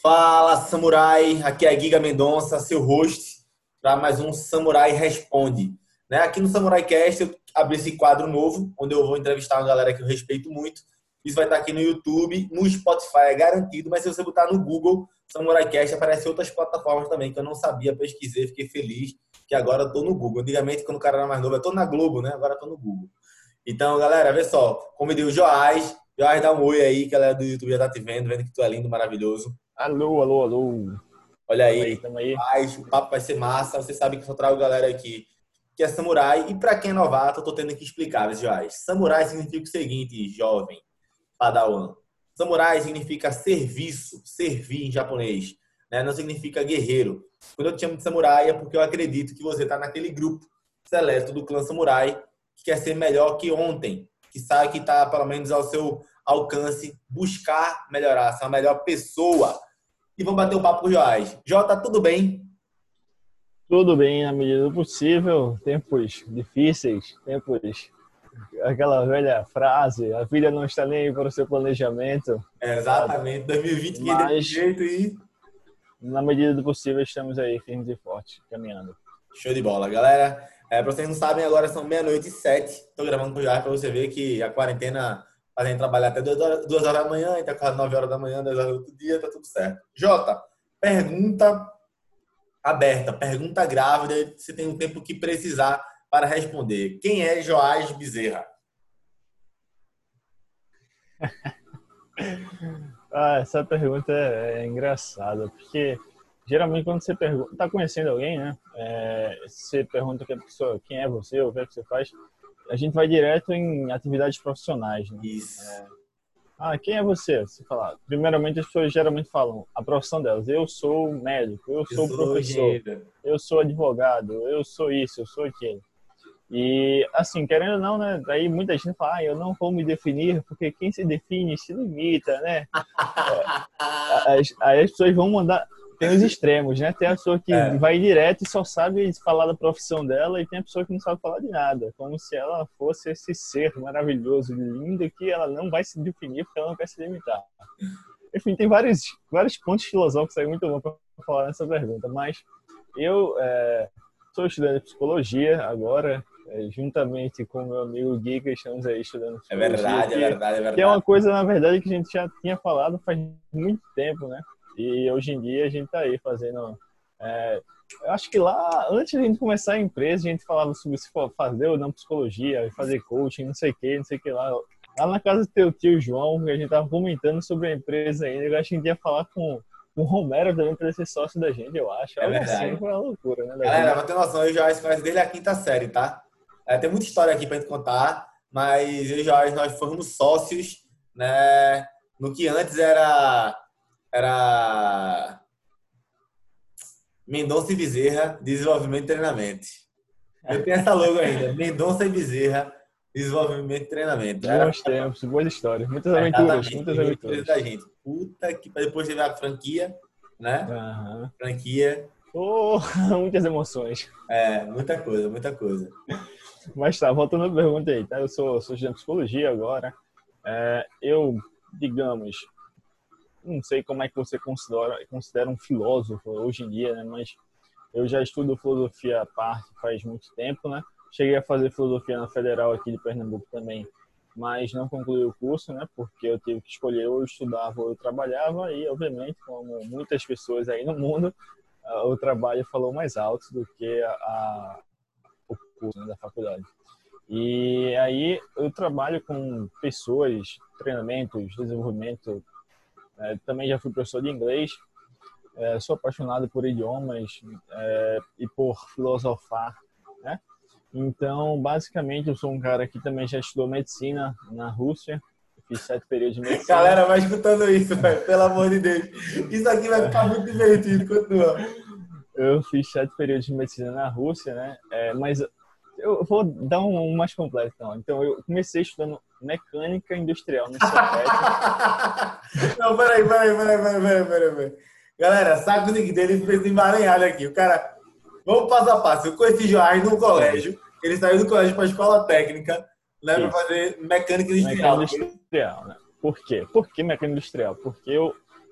Fala, samurai! Aqui é Giga Mendonça, seu host, para mais um Samurai Responde. Né? Aqui no Samurai Cast eu abri esse quadro novo, onde eu vou entrevistar uma galera que eu respeito muito. Isso vai estar aqui no YouTube, no Spotify é garantido, mas se você botar no Google Samurai Cast, aparecem outras plataformas também que eu não sabia, pesquisei, fiquei feliz que agora eu tô no Google. Antigamente, quando o cara era mais novo, eu tô na Globo, né? Agora eu tô no Google. Então, galera, vê só, convidei o Joás. Joás, dá um oi aí, que a galera do YouTube já tá te vendo que tu é lindo, maravilhoso. Alô, alô, alô. Olha Tamo aí, aí, tamo aí. paz, o papo vai ser massa. Você sabe que eu só trago galera aqui que é samurai. E para quem é novato, eu tô tendo que explicar, Joás. Samurai significa o seguinte, jovem, padawan. Samurai significa serviço, servir em japonês. Né? Não significa guerreiro. Quando eu te chamo de samurai é porque eu acredito que você está naquele grupo seleto do clã samurai que quer ser melhor que ontem. Que sabe que está, pelo menos, ao seu alcance, buscar melhorar, ser uma melhor pessoa. E vamos bater um papo com o Joás. Jota, tudo bem? Tudo bem na medida do possível. Tempos difíceis, aquela velha frase, a vida não está nem aí para o seu planejamento, sabe? Exatamente, 2020 que desse Mas, jeito e na medida do possível, estamos aí firmes e fortes, caminhando. show de bola, galera. Para vocês não sabem, agora são meia-noite e 7. Estou gravando com o Joás para você ver que a quarentena faz a gente trabalhar até 2 horas da manhã, até quase 9 horas da manhã, 2 horas do outro dia, tá tudo certo. Jota, pergunta aberta, pergunta grávida, você tem um tempo que precisar para responder. Quem é Joás Bezerra? Essa pergunta é engraçada, porque geralmente quando você pergunta, tá conhecendo alguém, né? Você pergunta que a pessoa, quem é você, ou o que é que você faz, a gente vai direto em atividades profissionais, né? Isso. Quem é você? Você fala. Primeiramente, as pessoas geralmente falam a profissão delas. Eu sou médico, eu Eu sou sou professor, engenheiro. eu sou advogado, eu sou isso, eu sou aquilo. E, assim, querendo ou não, né? Daí muita gente fala, eu não vou me definir, porque quem se define se limita, né? Aí as pessoas vão mandar. Tem os extremos, né? Tem a pessoa que É, vai direto e só sabe falar da profissão dela, e tem a pessoa que não sabe falar de nada, como se ela fosse esse ser maravilhoso, lindo, que ela não vai se definir porque ela não quer se limitar. Enfim, tem vários pontos filosóficos aí muito bom para falar nessa pergunta, mas eu sou estudante de psicologia agora, juntamente com meu amigo Gui, que estamos aí estudando é psicologia, verdade, é verdade, é que é uma verdade. coisa, na verdade, que a gente já tinha falado faz muito tempo, né? E hoje em dia a gente tá aí fazendo. Eu acho que lá, antes de a gente começar a empresa, a gente falava sobre se fazer ou não psicologia, fazer coaching, não sei o que lá. Lá na casa do teu tio João, a gente tava comentando sobre a empresa ainda. Eu acho que a gente ia falar com o Romero também para ser sócio da gente, eu acho. É Algo assim, verdade. foi uma loucura, né, da Galera, vida. pra ter noção, eu e o Joás conhece desde a quinta série, tá? Tem muita história aqui pra gente contar, mas eu e o Joás, nós fomos sócios, né? No que antes era Mendonça e Bezerra, Desenvolvimento e Treinamento. Eu tenho essa logo ainda, Mendonça e Bezerra, Desenvolvimento e Treinamento. Era Bons tempos, boas histórias, muitas aventuras, exatamente, muitas primeira empresa da aventuras. gente. Puta que depois teve a franquia, né? Aham. Franquia, Oh, muitas emoções. muita coisa, muita coisa. Mas tá, voltando à pergunta aí, tá? Eu sou estudante de psicologia agora. Eu, digamos, não sei como é que você considera um filósofo hoje em dia, né? Mas eu já estudo filosofia à parte faz muito tempo, né? Cheguei a fazer filosofia na Federal aqui de Pernambuco também, mas não concluí o curso, né? Porque eu tive que escolher ou eu estudava ou eu trabalhava e, obviamente, como muitas pessoas aí no mundo, o trabalho falou mais alto do que o curso, né, da faculdade. E aí eu trabalho com pessoas, treinamentos, desenvolvimento. Também já fui professor de inglês. Sou apaixonado por idiomas e por filosofar, né? Então, basicamente, eu sou um cara que também já estudou medicina na Rússia. Eu fiz 7 períodos de medicina. Galera, vai escutando isso, velho, pelo amor de Deus. Isso aqui vai ficar muito divertido. Continua. Eu fiz 7 períodos de medicina na Rússia, né? Mas eu vou dar um mais completo, então. Então, eu comecei estudando mecânica industrial no Cefet. Não, peraí. Galera, sabe o nick dele fez emaranhado aqui. O cara, vamos passo a passo. Eu conheci Joás no Sim, colégio. Ele saiu do colégio para a escola técnica, né, para isso. fazer mecânica Mecânica industrial. industrial, né? Por quê? Por que mecânica industrial? Porque eu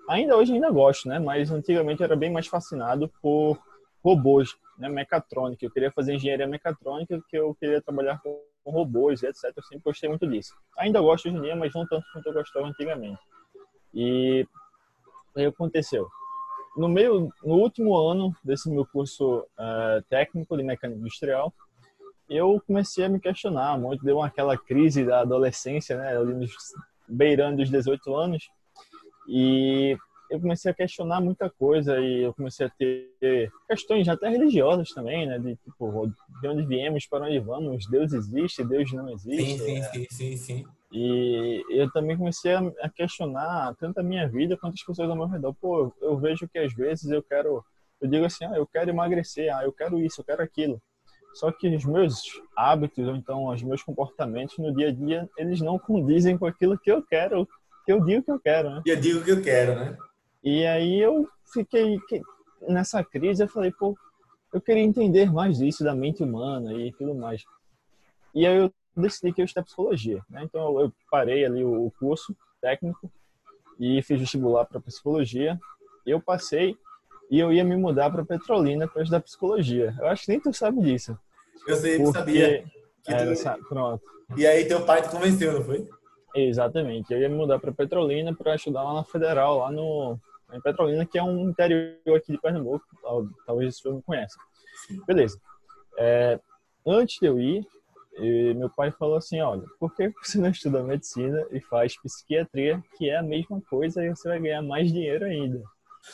Ainda hoje ainda gosto, né? Mas antigamente era bem mais fascinado por robôs, né? Mecatrônica. Eu queria fazer engenharia mecatrônica, porque eu queria trabalhar com robôs, etc. Eu sempre gostei muito disso. Ainda gosto hoje em dia, mas não tanto quanto eu gostava antigamente. E aí aconteceu. No último ano desse meu curso técnico de mecânica industrial, eu comecei a me questionar muito, deu aquela crise da adolescência, né, ali beirando os 18 anos, e eu comecei a questionar muita coisa e eu comecei a ter questões até religiosas também, né, de tipo, de onde viemos, para onde vamos, Deus existe, Deus não Sim, existe. sim, sim, sim, sim. E eu também comecei a questionar tanto a minha vida quanto as pessoas ao meu redor. Pô, eu vejo que às vezes eu digo assim, eu quero emagrecer, eu quero isso, eu quero aquilo. Só que os meus hábitos, ou então os meus comportamentos no dia a dia, eles não condizem com aquilo que eu quero, que eu digo que eu quero, né? E eu digo o que eu quero, né? E aí eu fiquei nessa crise, eu falei, pô, eu queria entender mais disso da mente humana e tudo mais. E aí eu decidi que eu ia estudar psicologia, né? Então eu parei ali o curso técnico e fiz vestibular para psicologia. Eu passei e eu ia me mudar para Petrolina para estudar psicologia. Eu acho que nem tu sabe disso, Eu sei, sabia porque que tu... pronto, E aí teu pai te convenceu, não foi? exatamente. Eu ia me mudar para Petrolina para estudar lá na Federal, lá no em Petrolina, que é um interior aqui de Pernambuco, talvez você não conheça. Sim. Beleza. Antes de eu ir, meu pai falou assim, olha, por que você não estuda medicina e faz psiquiatria, que é a mesma coisa e você vai ganhar mais dinheiro ainda?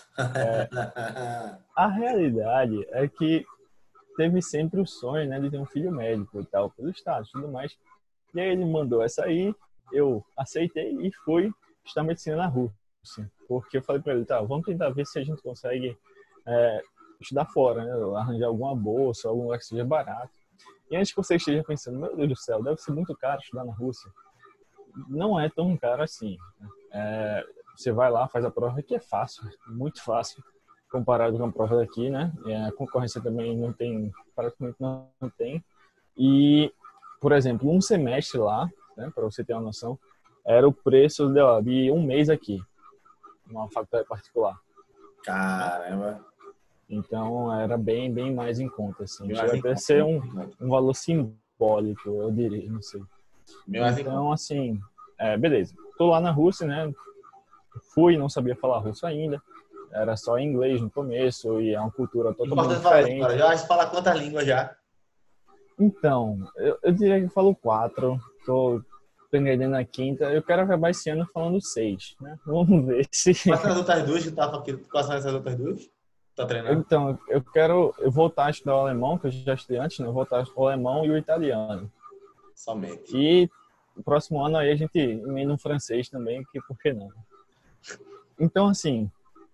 A realidade é que teve sempre o sonho, né, de ter um filho médico e tal, pelo estado e tudo mais. E aí ele mandou essa aí, eu aceitei e fui estudar medicina na Rússia. Porque eu falei para ele, tá, vamos tentar ver se a gente consegue estudar fora, né, arranjar alguma bolsa, algum lugar que seja barato. E antes que você esteja pensando, meu Deus do céu, deve ser muito caro estudar na Rússia. Não é tão caro assim. Você vai lá, faz a prova, que é fácil, muito fácil, comparado com a prova daqui, né? A concorrência também não tem, praticamente não tem. E, por exemplo, um semestre lá, né, para você ter uma noção, era o preço de um mês aqui, numa faculdade particular, né? Caramba. Então, era bem, bem mais em conta, assim. Bem Chega mais em até a conta, ser bem mais em conta. um valor simbólico, eu diria, não sei. Bem mais em conta. Então, assim, beleza. Tô lá na Rússia, né? Fui, não sabia falar russo ainda. Era só inglês no começo e é uma cultura totalmente Importante falar isso agora. diferente. Já acho que falar quantas línguas já. Então, eu diria que eu falo 4. Tô aprendendo a quinta. Eu quero acabar esse ano falando 6, né? Vamos ver se... Quais são as outras duas que tu tava aqui? Quais são essas outras duas? Tá treinando? Então, eu quero voltar a estudar o alemão, que eu já estudei antes, né? Eu voltar o alemão e o italiano. Somente. E no próximo ano aí a gente emenda um francês também, que por que não? Então, assim,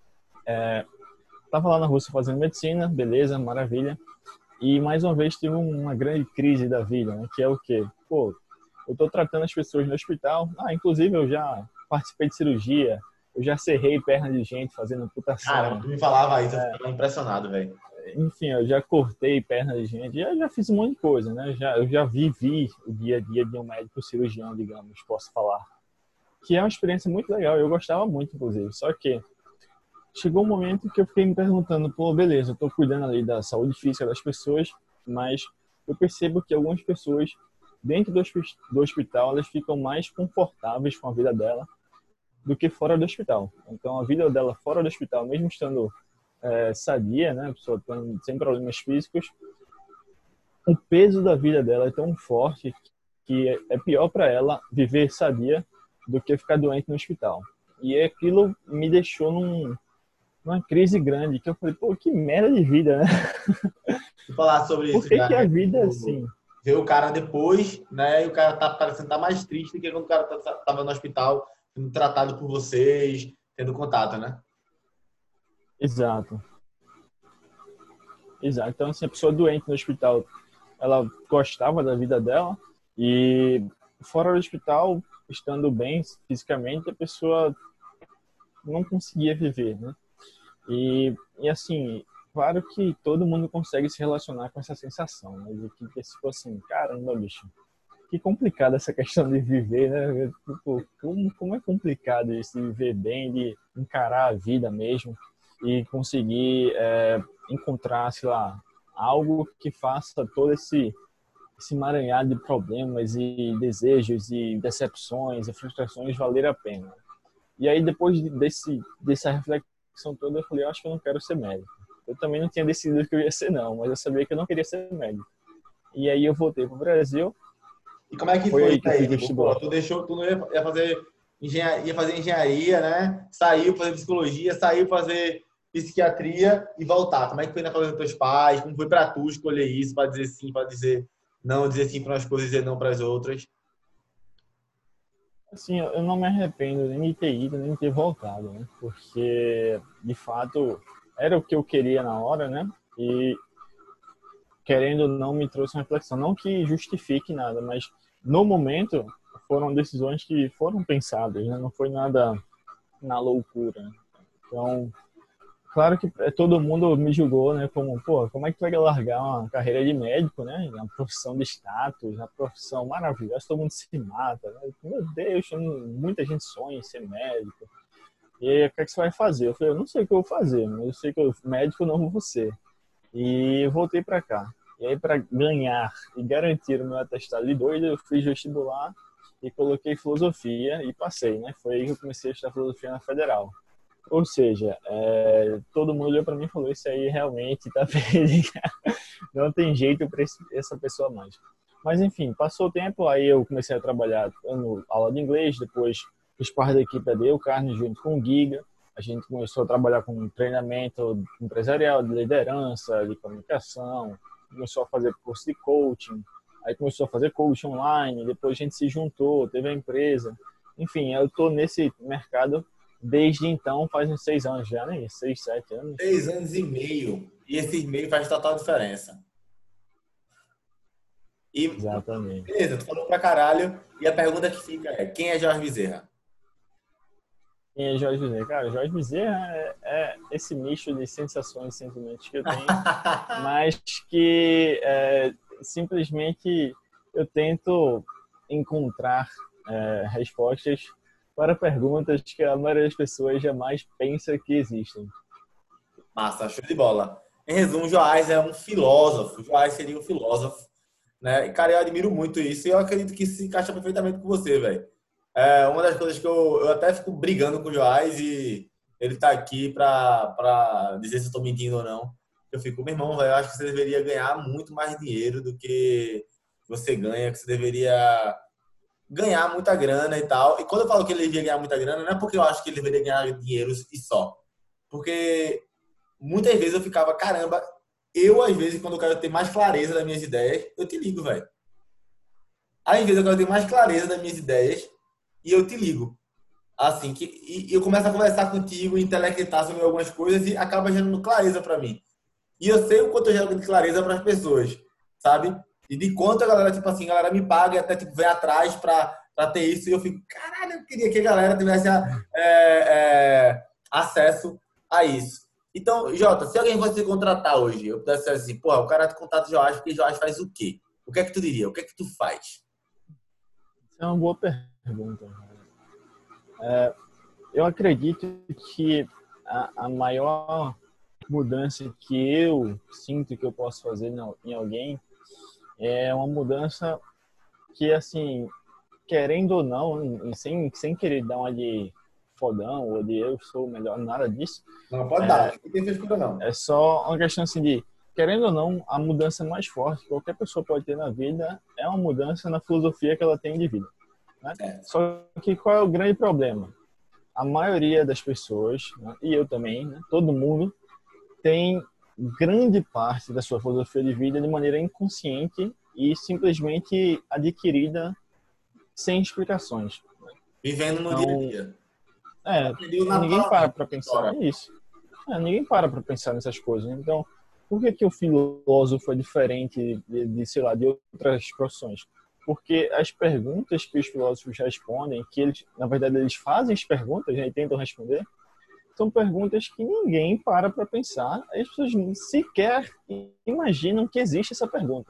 tava lá na Rússia fazendo medicina, beleza, maravilha. E mais uma vez tive uma grande crise da vida, né? Que é o quê? Pô, eu tô tratando as pessoas no hospital. Inclusive eu já participei de cirurgia, eu já serrei perna de gente fazendo Caramba, amputação. tu me falava isso, eu ficava impressionado, velho. Enfim, eu já cortei perna de gente, já fiz um monte de coisa, né? Eu já vivi o dia a dia de um médico cirurgião, digamos, posso falar. Que é uma experiência muito legal, eu gostava muito, inclusive. Só que chegou um momento que eu fiquei me perguntando, pô, beleza, eu tô cuidando ali da saúde física das pessoas, mas eu percebo que algumas pessoas dentro do hospital, elas ficam mais confortáveis com a vida dela do que fora do hospital. Então, a vida dela fora do hospital, mesmo estando sadia, né, a pessoa sem problemas físicos, o peso da vida dela é tão forte que é pior para ela viver sadia do que ficar doente no hospital. E aquilo me deixou numa crise grande, que eu falei, pô, que merda de vida, né? Vou falar sobre Por isso que já, que a né? vida é Tipo, assim? ver o cara depois, né? E o cara tá parecendo estar mais triste do que quando o cara tava no hospital, sendo tratado por vocês, tendo contato, né? Exato. Exato. Então, assim, a pessoa doente no hospital, ela gostava da vida dela e fora do hospital, estando bem fisicamente, a pessoa não conseguia viver, né? E assim, claro que todo mundo consegue se relacionar com essa sensação, né? De que, tipo assim, caramba, bicho, que complicada essa questão de viver, né? Tipo, como é complicado isso de viver bem, de encarar a vida mesmo e conseguir encontrar, sei lá, algo que faça todo esse emaranhado de problemas e desejos e decepções e frustrações valer a pena. E aí, depois dessa reflexão toda, eu falei, eu acho que eu não quero ser médico. Eu também não tinha decidido que eu ia ser, não, mas eu sabia que eu não queria ser médico. E aí eu voltei para o Brasil, E como é que foi foi aí isso que eu aí? fiz Tipo, pô, vestibular. tu deixou, tu não ia fazer engenharia, ia fazer engenharia, né? Saiu fazer psicologia, saiu fazer psiquiatria e voltar. Como é que foi na cabeça dos teus pais? Como foi pra tu escolher isso, para dizer sim, para dizer não, dizer sim para umas coisas e dizer não para as outras? Assim, eu não me arrependo nem de ter ido, nem de ter voltado, né? Porque, de fato, era o que eu queria na hora, né? E, querendo ou não, me trouxe uma reflexão. Não que justifique nada, mas no momento foram decisões que foram pensadas, né? Não foi nada na loucura. Então, claro que todo mundo me julgou, né? Como, pô, como é que tu vai largar uma carreira de médico, né? Uma profissão de status, uma profissão maravilhosa, todo mundo se mata, né? Meu Deus, muita gente sonha em ser médico. E aí, o que é que você vai fazer? Eu falei, eu não sei o que eu vou fazer, mas eu sei que eu médico não vou ser. E eu voltei para cá. E aí, para ganhar e garantir o meu atestado de doido, eu fiz vestibular e coloquei filosofia e passei, né? Foi aí que eu comecei a estudar filosofia na Federal. Ou seja, todo mundo olhou para mim e falou: Isso aí realmente tá perdido, não tem jeito para essa pessoa mais. Mas enfim, passou o tempo, aí eu comecei a trabalhar dando aula de inglês, depois fiz parte da equipe da Eucarne junto com o Giga. A gente começou a trabalhar com treinamento empresarial, de liderança, de comunicação, começou a fazer curso de coaching, aí começou a fazer coaching online, depois a gente se juntou, teve a empresa. Enfim, eu estou nesse mercado desde então, faz uns 6 anos já, né? 6, 7 anos. 6 anos e meio. E esses meio faz total diferença. E, Exatamente. beleza, tu falou pra caralho. E a pergunta que fica é: quem é Jorge Bezerra? Quem é Jorge Bezerra? Cara, Jorge Bezerra é esse misto de sensações e sentimentos que eu tenho, mas que simplesmente eu tento encontrar respostas para perguntas que a maioria das pessoas jamais pensa que existem. Massa, show de bola. Em resumo, Joás é um filósofo. Joás seria um filósofo, né? E, cara, eu admiro muito isso e eu acredito que isso se encaixa perfeitamente com você, velho. É uma das coisas que eu até fico brigando com o Joás e ele tá aqui pra dizer se eu tô mentindo ou não. Eu fico, meu irmão, velho, eu acho que você deveria ganhar muito mais dinheiro do que você ganha, que você deveria ganhar muita grana e tal. E quando eu falo que ele deveria ganhar muita grana, não é porque eu acho que ele deveria ganhar dinheiro e só. Porque muitas vezes eu ficava, caramba, eu às vezes, quando eu quero ter mais clareza das minhas ideias, eu te ligo, velho. Às vezes eu quero ter mais clareza das minhas ideias e eu te ligo. Assim, e eu começo a conversar contigo, intelectar sobre algumas coisas e acaba gerando clareza para mim. E eu sei o quanto eu gero de clareza para as pessoas, sabe? E de quanto a galera, tipo assim, a galera me paga e até tipo, vem atrás para ter isso. E eu fico, caralho, eu queria que a galera tivesse acesso a isso. Então, Jota, se alguém fosse te contratar hoje, eu pudesse dizer assim, porra, o cara te contrata o Joás porque o Joás faz o quê? O que é que tu diria? O que é que tu faz? Essa é uma boa pergunta. Eu acredito que a maior mudança que eu sinto que eu posso fazer em alguém é uma mudança que, assim, querendo ou não, sem querer dar uma de fodão ou de eu sou o melhor, nada disso, Não, pode dar, não tem frescura, não. é só uma questão assim de, querendo ou não, a mudança mais forte que qualquer pessoa pode ter na vida é uma mudança na filosofia que ela tem de vida, né? Certo. Só que qual é o grande problema? A maioria das pessoas, né, e eu também, né, todo mundo, tem grande parte da sua filosofia de vida de maneira inconsciente e simplesmente adquirida sem explicações. Vivendo no dia a Então, dia. é, Aprendeu ninguém para naturalmente, para na pensar hora. nisso. Ninguém para pensar nessas coisas. Então, por que que o filósofo é diferente sei lá, de outras profissões? Porque as perguntas que os filósofos respondem, que eles, na verdade, eles fazem as perguntas, né, e tentam responder, são perguntas que ninguém para pensar. As pessoas sequer imaginam que existe essa pergunta.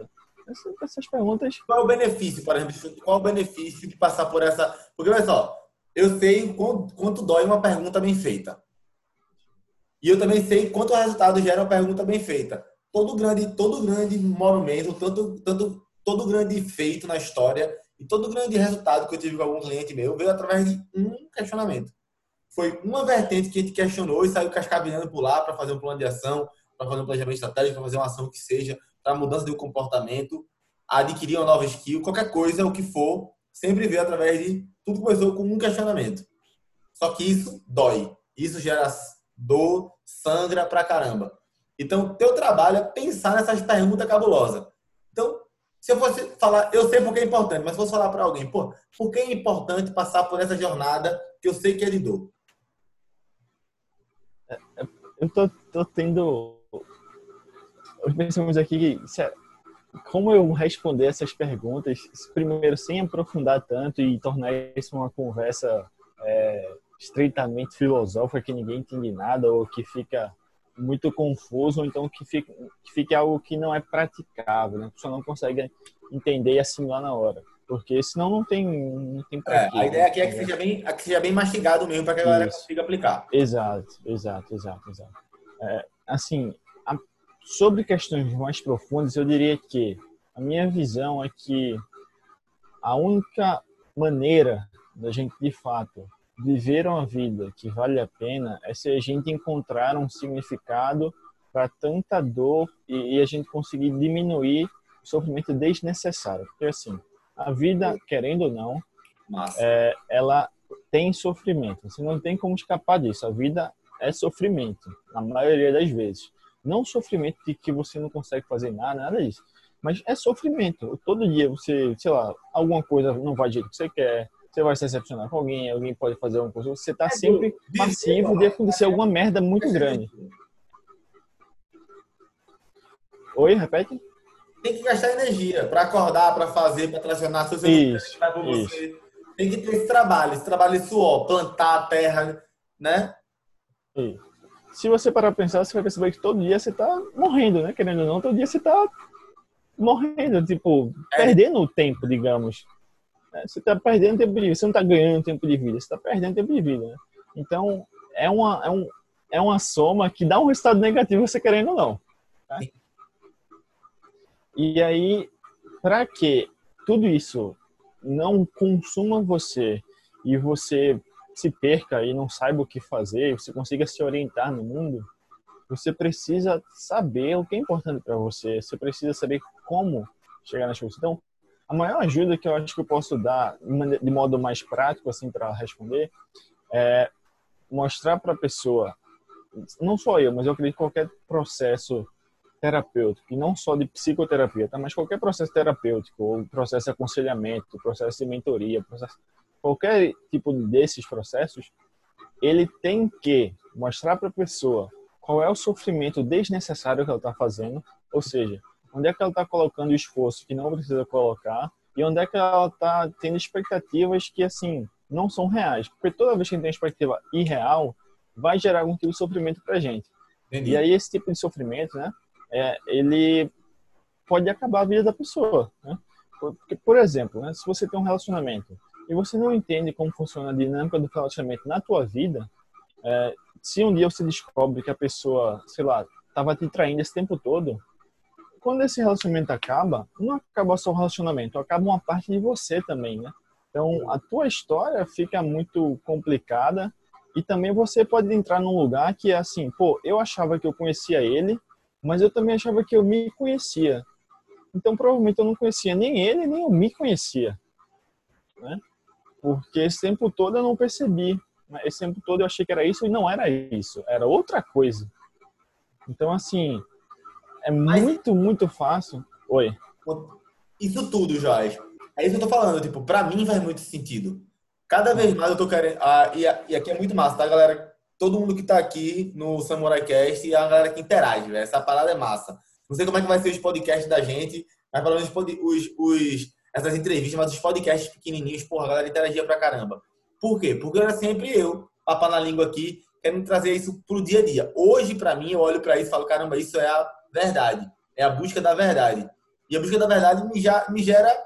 Essas perguntas... Qual é o benefício, por exemplo? Qual é o benefício de passar por essa... Porque, olha só, eu sei quanto dói uma pergunta bem feita. E eu também sei quanto o resultado gera uma pergunta bem feita. Todo grande monumento, todo grande feito na história e todo grande resultado que eu tive com algum cliente meu veio através de um questionamento. Foi uma vertente que a gente questionou e saiu cascavelhando por lá para fazer um plano de ação, para fazer um planejamento estratégico, para fazer uma ação que seja, para mudança de comportamento, adquirir uma nova skill, qualquer coisa, o que for, sempre veio através de... Tudo começou com um questionamento. Só que isso dói. Isso gera dor, sangra pra caramba. Então, teu trabalho é pensar nessas perguntas cabulosas. Então, se eu fosse falar, eu sei porque é importante, mas se eu fosse falar para alguém, pô, por que é importante passar por essa jornada que eu sei que é de dor? Eu tô tendo... Pensamos aqui, como eu responder essas perguntas, primeiro, sem aprofundar tanto e tornar isso uma conversa estritamente filosófica, que ninguém entende nada, ou que fica muito confuso, ou então que fique algo que não é praticável, né? A pessoa não consegue entender e assimilar na hora. Porque senão não tem pra quê. A ideia aqui é que seja bem mastigado mesmo, para que a galera consiga aplicar. Exato. Assim, sobre questões mais profundas, eu diria que a minha visão é que a única maneira da gente, de fato, viver uma vida que vale a pena é se a gente encontrar um significado para tanta dor e a gente conseguir diminuir o sofrimento desnecessário. Porque, assim, a vida, querendo ou não, ela tem sofrimento. Você não tem como escapar disso. A vida é sofrimento, na maioria das vezes. Não sofrimento de que você não consegue fazer nada disso. Mas é sofrimento. Todo dia você, sei lá, alguma coisa não vai do jeito que você quer, você vai se decepcionar com alguém pode fazer alguma coisa, você está sempre passivo de acontecer alguma merda muito grande. Oi, repete? Tem que gastar energia para acordar, para fazer, para tracionar. Se você isso. Você tem que ter esse trabalho de suor, plantar a terra, né? Isso. Se você parar para pensar, você vai perceber que todo dia você está morrendo, né? Querendo ou não, todo dia você está morrendo, tipo, perdendo tempo, digamos. Você está perdendo tempo de vida, você não está ganhando tempo de vida, você está perdendo tempo de vida, né? Então, é uma soma que dá um resultado negativo, você querendo ou não. Tá? E aí, para que tudo isso não consuma você e você se perca e não saiba o que fazer, você consiga se orientar no mundo, você precisa saber o que é importante para você, você precisa saber como chegar nas coisas. Então, a maior ajuda que eu acho que eu posso dar de modo mais prático, assim, para responder, é mostrar para a pessoa, não só eu, mas eu acredito que qualquer processo terapêutico, e não só de psicoterapia, tá? Mas qualquer processo terapêutico, ou processo de aconselhamento, processo de mentoria, qualquer tipo desses processos, ele tem que mostrar para a pessoa qual é o sofrimento desnecessário que ela está fazendo, ou seja, onde é que ela está colocando o esforço que não precisa colocar e onde é que ela está tendo expectativas que, assim, não são reais. Porque toda vez que a gente tem uma expectativa irreal, vai gerar algum tipo de sofrimento para a gente. Entendi. E aí esse tipo de sofrimento, né, ele pode acabar a vida da pessoa, né? Porque, por exemplo, né, se você tem um relacionamento e você não entende como funciona a dinâmica do relacionamento na tua vida, se um dia você descobre que a pessoa, sei lá, estava te traindo esse tempo todo, quando esse relacionamento acaba, não acaba só o relacionamento, acaba uma parte de você também, né? Então, a tua história fica muito complicada e também você pode entrar num lugar que é assim, pô, eu achava que eu conhecia ele, mas eu também achava que eu me conhecia. Então, provavelmente eu não conhecia nem ele, nem eu me conhecia, né? Porque esse tempo todo eu não percebi. Esse tempo todo eu achei que era isso e não era isso, era outra coisa. Então, assim, é muito fácil. Oi. Isso tudo, Jorge. É isso que eu tô falando. Tipo, pra mim faz muito sentido. Cada vez mais eu tô querendo. E aqui é muito massa, tá, galera? Todo mundo que tá aqui no Samurai Cast e a galera que interage, velho. Essa parada é massa. Não sei como é que vai ser os podcasts da gente, mas pelo menos essas entrevistas, mas os podcasts pequenininhos, porra, a galera interagia pra caramba. Por quê? Porque era sempre eu, papar na língua aqui, querendo trazer isso pro dia a dia. Hoje, pra mim, eu olho pra isso e falo, caramba, isso é a verdade. É a busca da verdade. E a busca da verdade me gera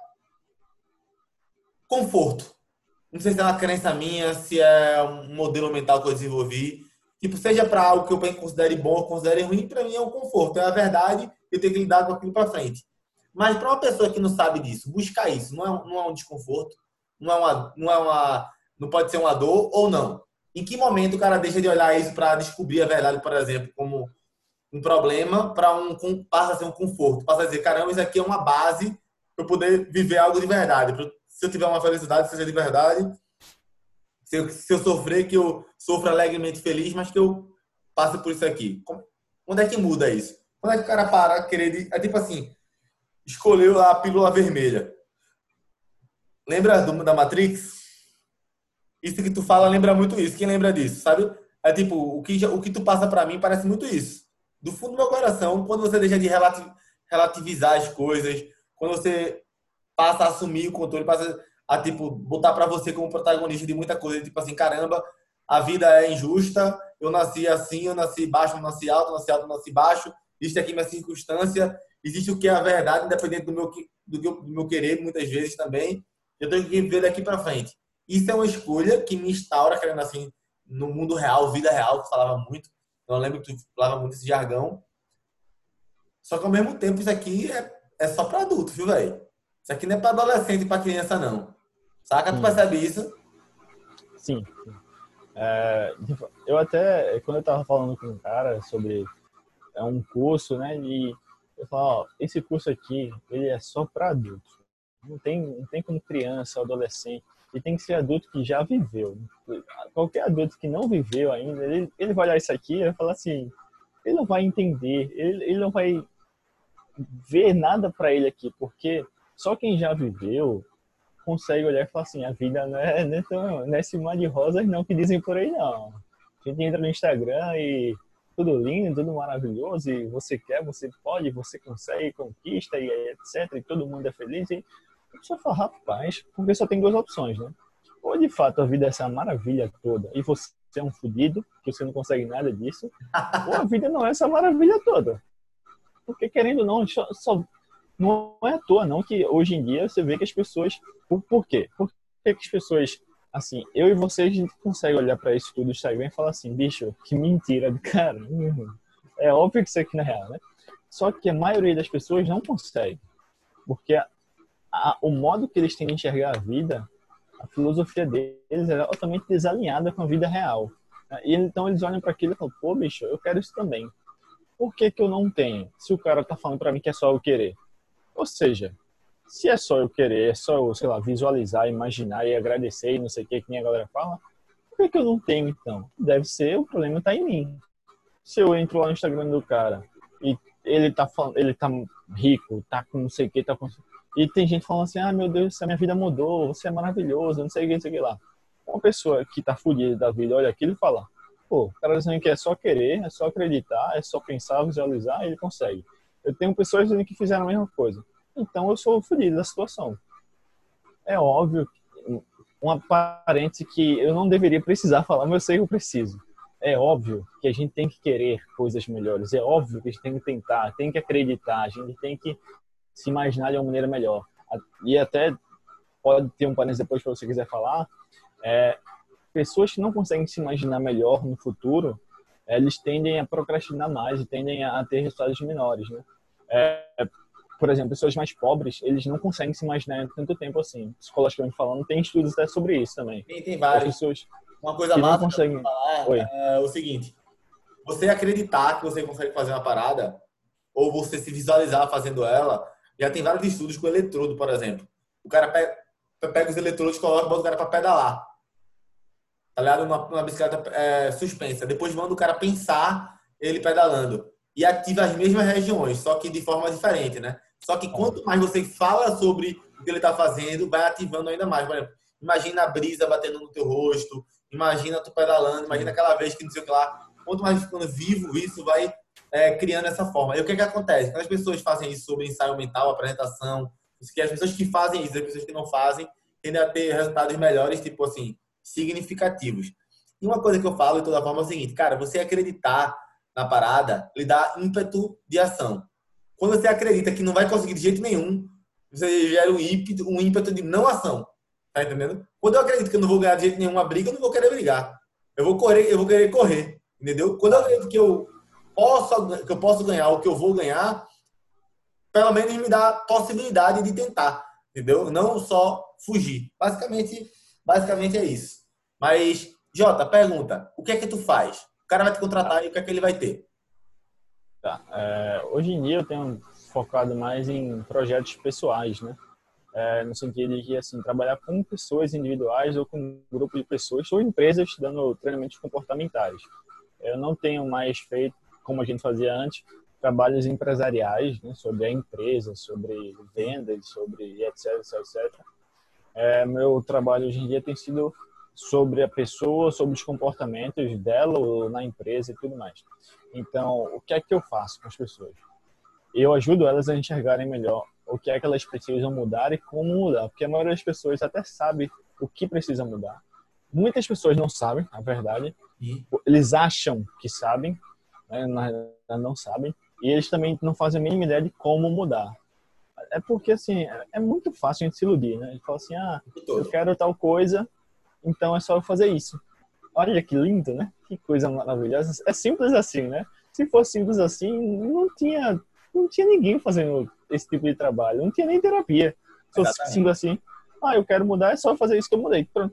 conforto. Não sei se é uma crença minha, se é um modelo mental que eu desenvolvi. Tipo, seja para algo que eu considere bom ou considere ruim, para mim é um conforto. É a verdade, eu tenho que lidar com aquilo para frente. Mas para uma pessoa que não sabe disso, buscar isso não é um desconforto, não pode ser uma dor ou não. Em que momento o cara deixa de olhar isso para descobrir a verdade, por exemplo, como um problema, passa a ser um conforto, passa a dizer, caramba, isso aqui é uma base para eu poder viver algo de verdade. Se eu tiver uma felicidade, seja de verdade. Se eu sofrer, que eu sofra alegremente feliz, mas que eu passe por isso aqui. Onde é que muda isso? Quando é que o cara para a querer... É tipo assim, escolheu a pílula vermelha. Lembra da Matrix? Isso que tu fala lembra muito isso. Quem lembra disso, sabe? É tipo, o que tu passa pra mim parece muito isso. Do fundo do meu coração, quando você deixa de relativizar as coisas, quando você passa a assumir o controle, passa a, tipo, botar pra você como protagonista de muita coisa. Tipo assim, caramba, a vida é injusta, eu nasci assim, eu nasci baixo, eu nasci alto, eu nasci baixo, existe aqui minha circunstância, existe o que é a verdade, independente do meu querer, muitas vezes também. Eu tenho que viver daqui pra frente. Isso é uma escolha que me instaura, querendo assim, no mundo real, vida real, que falava muito. Eu lembro que tu falava muito esse jargão. Só que ao mesmo tempo, isso aqui é só para adulto, viu, velho? Isso aqui não é para adolescente e para criança, não. Saca? Tu Sim, percebe isso? sim. Eu até, quando eu tava falando com um cara sobre um curso, né, e eu falo, ó, esse curso aqui, ele é só para adultos. Não tem como criança, adolescente, e tem que ser adulto que já viveu. Qualquer adulto que não viveu ainda, ele vai olhar isso aqui e vai falar assim, ele não vai entender, ele não vai ver nada para ele aqui, porque só quem já viveu consegue olhar e falar assim, a vida não é esse mar de rosas não que dizem por aí não. A gente entra no Instagram e tudo lindo, tudo maravilhoso, e você quer, você pode, você consegue, conquista, e etc, e todo mundo é feliz, e a pessoa fala, rapaz, porque só tem duas opções, né? Ou de fato a vida é essa maravilha toda, e você é um fudido, que você não consegue nada disso, ou a vida não é essa maravilha toda. Porque querendo ou não, não é à toa não que hoje em dia você vê que as pessoas... Por quê? Por que as pessoas... Assim, eu e você, a gente consegue olhar para isso tudo do Instagram e falar assim, bicho, que mentira do cara. É óbvio que isso aqui não é real, né? Só que a maioria das pessoas não consegue. Porque o modo que eles têm de enxergar a vida, a filosofia deles é totalmente desalinhada com a vida real. E então eles olham para aquilo e falam, pô, bicho, eu quero isso também. Por que que eu não tenho? Se o cara tá falando para mim que é só eu querer. Ou seja, se é só eu querer, é só eu, sei lá, visualizar, imaginar e agradecer e não sei o que nem a galera fala, por que que eu não tenho então? Deve ser, o problema tá em mim. Se eu entro lá no Instagram do cara e ele tá falando, ele tá rico, tá com não sei o que, tá com... E tem gente falando assim, ah, meu Deus, a minha vida mudou, você é maravilhoso, não sei o que, não sei o que lá. Uma pessoa que tá fodida da vida olha aquilo e fala, pô, o cara dizendo que é só querer, é só acreditar, é só pensar, visualizar, ele consegue. Eu tenho pessoas dizendo que fizeram a mesma coisa. Então eu sou fodido da situação. É óbvio, uma parente que eu não deveria precisar falar, mas eu sei que eu preciso. É óbvio que a gente tem que querer coisas melhores. É óbvio que a gente tem que tentar, tem que acreditar, a gente tem que se imaginar de uma maneira melhor. E até pode ter um parênteses depois para você quiser falar. Pessoas que não conseguem se imaginar melhor no futuro, eles tendem a procrastinar mais e tendem a ter resultados menores, né? Por exemplo, pessoas mais pobres, eles não conseguem se imaginar em tanto tempo assim. Psicologicamente falando, tem estudos até sobre isso também. Tem As vários. pessoas Uma coisa que não massa que eu conseguem... vou falar Oi. é o seguinte: você acreditar que você consegue fazer uma parada, ou você se visualizar fazendo ela, já tem vários estudos com eletrodo, por exemplo. O cara pega os eletrodos, coloca, bota o cara para pedalar. Tá ligado? Uma bicicleta suspensa. Depois manda o cara pensar ele pedalando. E ativa as mesmas regiões, só que de forma diferente, né? Só que quanto mais você fala sobre o que ele está fazendo, vai ativando ainda mais. Por exemplo, imagina a brisa batendo no teu rosto, imagina tu pedalando, imagina aquela vez que não sei o que lá. Quanto mais ficando vivo, isso vai criando essa forma. E o que que acontece? Quando as pessoas fazem isso sobre ensaio mental, apresentação, que as pessoas que fazem isso, as pessoas que não fazem, tendem a ter resultados melhores, tipo assim, significativos. E uma coisa que eu falo de toda forma é o seguinte, cara, você acreditar na parada lhe dá ímpeto de ação. Quando você acredita que não vai conseguir de jeito nenhum, você gera um ímpeto de não ação. Tá entendendo? Quando eu acredito que eu não vou ganhar de jeito nenhum uma briga, eu não vou querer brigar. Eu vou querer correr. Entendeu? Quando eu acredito que eu posso ganhar o que eu vou ganhar, pelo menos me dá a possibilidade de tentar. Entendeu? Não só fugir. Basicamente é isso. Mas, Jota, pergunta: o que é que tu faz? O cara vai te contratar e o que é que ele vai ter? Tá. Hoje em dia eu tenho focado mais em projetos pessoais, né? No sentido de que, assim, trabalhar com pessoas individuais ou com um grupo de pessoas ou empresas dando treinamentos comportamentais. Eu não tenho mais feito, como a gente fazia antes, trabalhos empresariais, né, sobre a empresa, sobre vendas, sobre etc, etc, etc. Meu trabalho hoje em dia tem sido sobre a pessoa, sobre os comportamentos dela ou na empresa e tudo mais. Então, o que é que eu faço com as pessoas? Eu ajudo elas a enxergarem melhor o que é que elas precisam mudar e como mudar, porque a maioria das pessoas até sabe o que precisa mudar. Muitas pessoas não sabem, a verdade. Eles acham que sabem, né? Não sabem, e eles também não fazem a mínima ideia de como mudar. É porque, assim, é muito fácil a gente se iludir, né? A gente fala assim, eu quero tal coisa, então é só eu fazer isso. Olha que lindo, né? Que coisa maravilhosa. É simples assim, né? Se fosse simples assim, não tinha ninguém fazendo esse tipo de trabalho. Não tinha nem terapia. Se fosse simples assim, eu quero mudar, é só fazer isso que eu mudei. Pronto.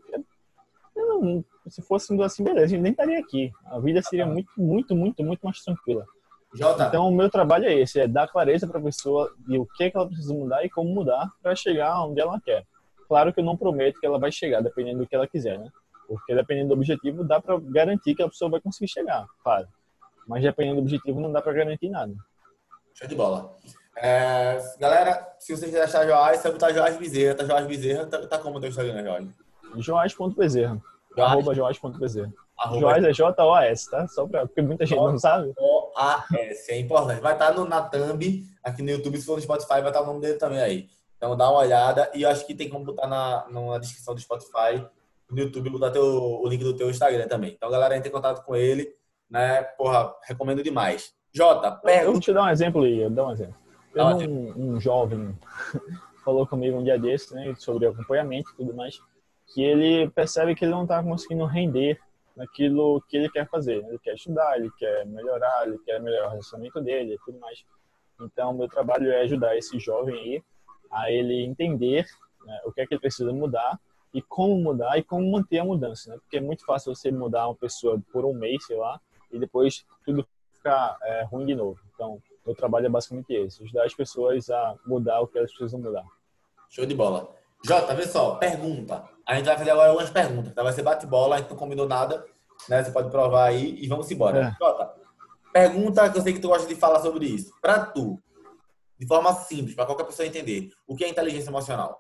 Se fosse simples assim, beleza, a gente nem estaria aqui. A vida seria muito, muito, muito, muito mais tranquila. Jota, Então, o meu trabalho é esse, é dar clareza para a pessoa de o que é que ela precisa mudar e como mudar para chegar onde ela quer. Claro que eu não prometo que ela vai chegar, dependendo do que ela quiser, né? Porque dependendo do objetivo, dá para garantir que a pessoa vai conseguir chegar, claro. Mas dependendo do objetivo, não dá para garantir nada. show de bola. Galera, se vocês quiserem achar Joás, você vai botar Joás Bezerra. Tá Joás Bezerra, tá como o teu Instagram, Joás? Joás.bezerra. Arroba Joás.bezerra. Arroba Joás é J-O-A-S, tá? Só porque muita gente não sabe. J-O-A-S, é importante. Vai estar na thumb, aqui no YouTube, se for no Spotify, vai estar o nome dele também aí. Então dá uma olhada e eu acho que tem como botar na descrição do Spotify, no YouTube, botar o link do teu Instagram também. Então, galera, entre em contato com ele, né? Porra, recomendo demais. Jota, Eu vou te dar um exemplo aí, eu dar um exemplo. Teve Ótimo. um jovem falou comigo um dia desse, né, sobre acompanhamento e tudo mais, que ele percebe que ele não está conseguindo render naquilo que ele quer fazer. Ele quer estudar, ele quer melhorar o relacionamento dele e tudo mais. Então, meu trabalho é ajudar esse jovem aí a ele entender, né, o que é que ele precisa mudar e como manter a mudança, né? Porque é muito fácil você mudar uma pessoa por um mês, sei lá, e depois tudo ficar ruim de novo. Então, meu trabalho é basicamente esse, ajudar as pessoas a mudar o que elas precisam mudar. Show de bola. Jota, vê só, pergunta. A gente vai fazer agora algumas perguntas, tá? Vai ser bate-bola, a gente não combinou nada, né? Você pode provar aí e vamos embora. Jota, pergunta que eu sei que tu gosta de falar sobre isso. Pra tu, de forma simples, para qualquer pessoa entender, o que é inteligência emocional?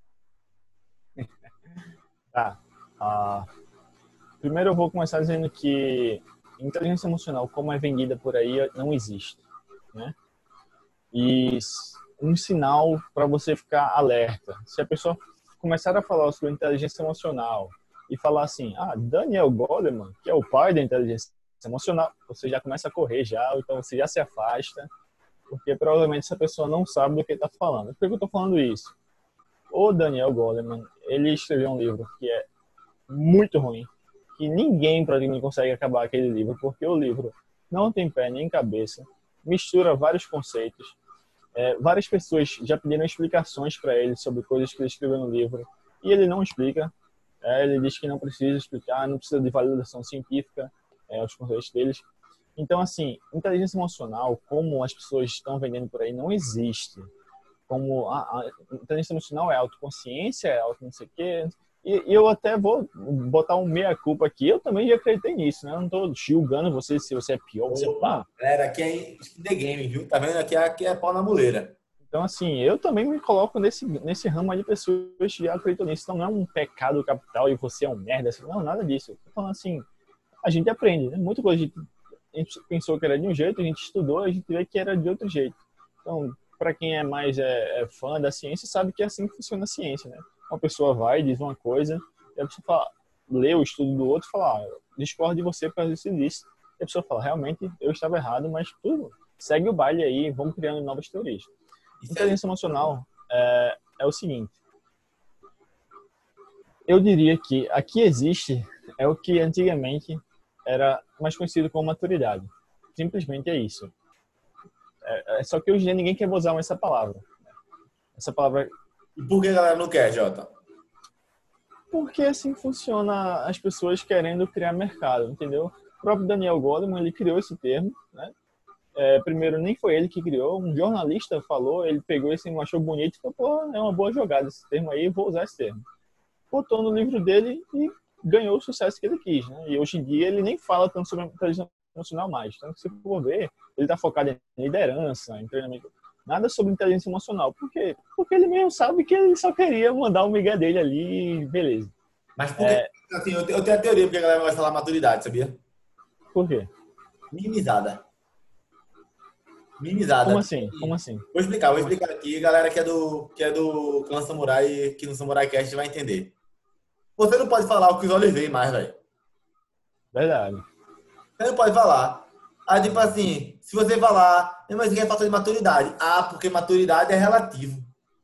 Tá. Primeiro eu vou começar dizendo que inteligência emocional, como é vendida por aí, não existe, né? E um sinal para você ficar alerta. Se a pessoa começar a falar sobre inteligência emocional e falar assim, Daniel Goleman, que é o pai da inteligência emocional, você já começa a correr já, então você já se afasta, porque provavelmente essa pessoa não sabe do que está falando. Por que eu estou falando isso? O Daniel Goleman, ele escreveu um livro que é muito ruim, que ninguém praticamente consegue acabar aquele livro, porque o livro não tem pé nem cabeça, mistura vários conceitos. Várias pessoas já pediram explicações para ele sobre coisas que ele escreveu no livro e ele não explica. Ele diz que não precisa explicar, não precisa de validação científica, os conceitos deles. Então, assim, inteligência emocional, como as pessoas estão vendendo por aí, não existe. Como a inteligência emocional é autoconsciência, é auto não sei o quê. E eu até vou botar um meia-culpa aqui. Eu também já acreditei nisso, né? Eu não tô julgando você se você é pior, você pá. Galera, aqui é The Game, viu? Tá vendo? Aqui é pau na muleira. Então, assim, eu também me coloco nesse ramo aí de pessoas que já acreditam nisso. Então, não é um pecado capital e você é um merda. Assim, não, nada disso. Eu tô falando assim, a gente aprende, né? Muita coisa a gente pensou que era de um jeito, a gente estudou, a gente vê que era de outro jeito. Então, para quem é mais fã da ciência, sabe que é assim que funciona a ciência, né? Uma pessoa vai, diz uma coisa, e a pessoa fala, lê o estudo do outro e fala, discordo de você por causa disso e disso. E a pessoa fala, realmente, eu estava errado, mas tudo segue o baile aí, vamos criando novas teorias. Inteligência emocional é o seguinte. Eu diria que aqui existe é o que antigamente era mais conhecido como maturidade. Simplesmente é isso. Só que hoje em dia ninguém quer usar mais essa palavra. Essa palavra... E por que a galera não quer, Jota? Porque assim funciona as pessoas querendo criar mercado, entendeu? O próprio Daniel Goleman, ele criou esse termo, né? Primeiro, nem foi ele que criou, um jornalista falou, ele pegou esse, achou bonito e falou, pô, é uma boa jogada esse termo aí, vou usar esse termo. Botou no livro dele e ganhou o sucesso que ele quis, né? E hoje em dia ele nem fala tanto sobre inteligência emocional mais. Então, se você for ver, ele está focado em liderança, em treinamento. Nada sobre inteligência emocional. Por quê? Porque ele mesmo sabe que ele só queria mandar o migué dele ali e beleza. Mas por que, assim, eu tenho a teoria porque a galera gosta de falar maturidade, sabia? Por quê? Minimizada. Minimizada. Como assim? Como assim? Vou explicar aqui. A galera que é do clã Samurai, que no Samurai Cast vai entender. Você não pode falar o que os olhos veem mais, velho. Verdade. Você não pode falar. Aí, tipo assim, se você falar, mas isso aqui é falta de maturidade. Porque maturidade é relativo.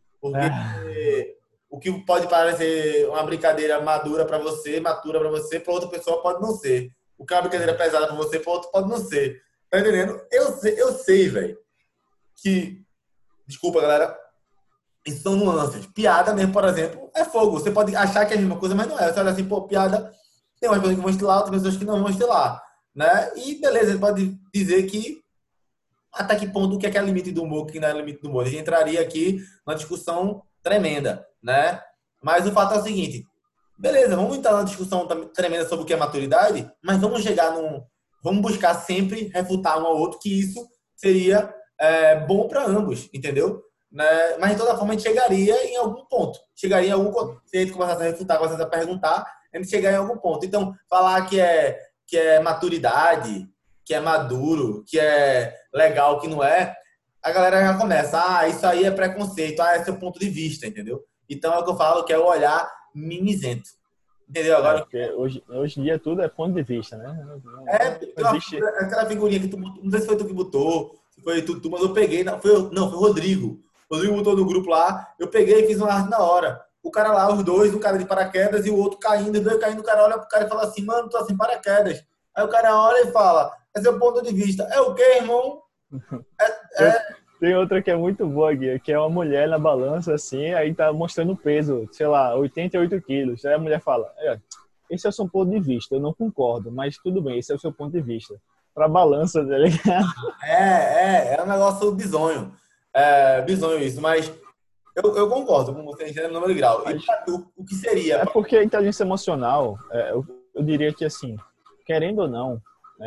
Porque o que pode parecer uma brincadeira madura pra você, matura pra você, pra outra pessoa pode não ser. O que é uma brincadeira pesada pra você, pra outra pode não ser. Tá entendendo? Eu sei, velho, que... Desculpa, galera. Isso são nuances. Piada mesmo, por exemplo, é fogo. Você pode achar que é a mesma coisa, mas não é. Você olha assim, pô, piada... Tem umas pessoas que vão estilar, outras pessoas que não vão estilar, né? E beleza, ele pode dizer que até que ponto o que é limite do humor, o que não é limite do humor. A gente entraria aqui numa discussão tremenda, né? Mas o fato é o seguinte, beleza, vamos entrar numa discussão tremenda sobre o que é maturidade, mas vamos chegar num... Vamos buscar sempre refutar um ao outro, que isso seria bom para ambos, entendeu? Né? Mas de toda forma a gente chegaria em algum ponto. Chegaria em algum ponto. Se a gente começasse a refutar, começasse a perguntar, a gente chegaria em algum ponto. Então, falar que é maturidade, que é maduro, que é legal, que não é, a galera já começa, isso aí é preconceito, esse é o ponto de vista, entendeu? Então é o que eu falo, que é o olhar mimizento. Entendeu? Agora, porque hoje em dia tudo é ponto de vista, né? Não existe... aquela figurinha que tu, não sei se foi tu que botou, se foi tu, mas eu peguei, foi o Rodrigo. O Rodrigo botou no grupo lá, eu peguei e fiz uma arte na hora. O cara lá, os dois, um cara de paraquedas e o outro caindo, os dois caindo, o cara olha pro cara e fala assim, mano, tô sem paraquedas. Aí o cara olha e fala, esse é o ponto de vista. É o quê, irmão? Tem outra que é muito boa, Gui, que é uma mulher na balança, assim, aí tá mostrando o peso, sei lá, 88 quilos. Aí a mulher fala, esse é o seu ponto de vista, eu não concordo, mas tudo bem, esse é o seu ponto de vista. Pra balança, tá ligado? É um negócio bizonho. Bizonho isso, mas eu concordo com você em número de grau. Mas, e pra tu, o que seria? É porque a inteligência emocional, eu diria que assim, querendo ou não,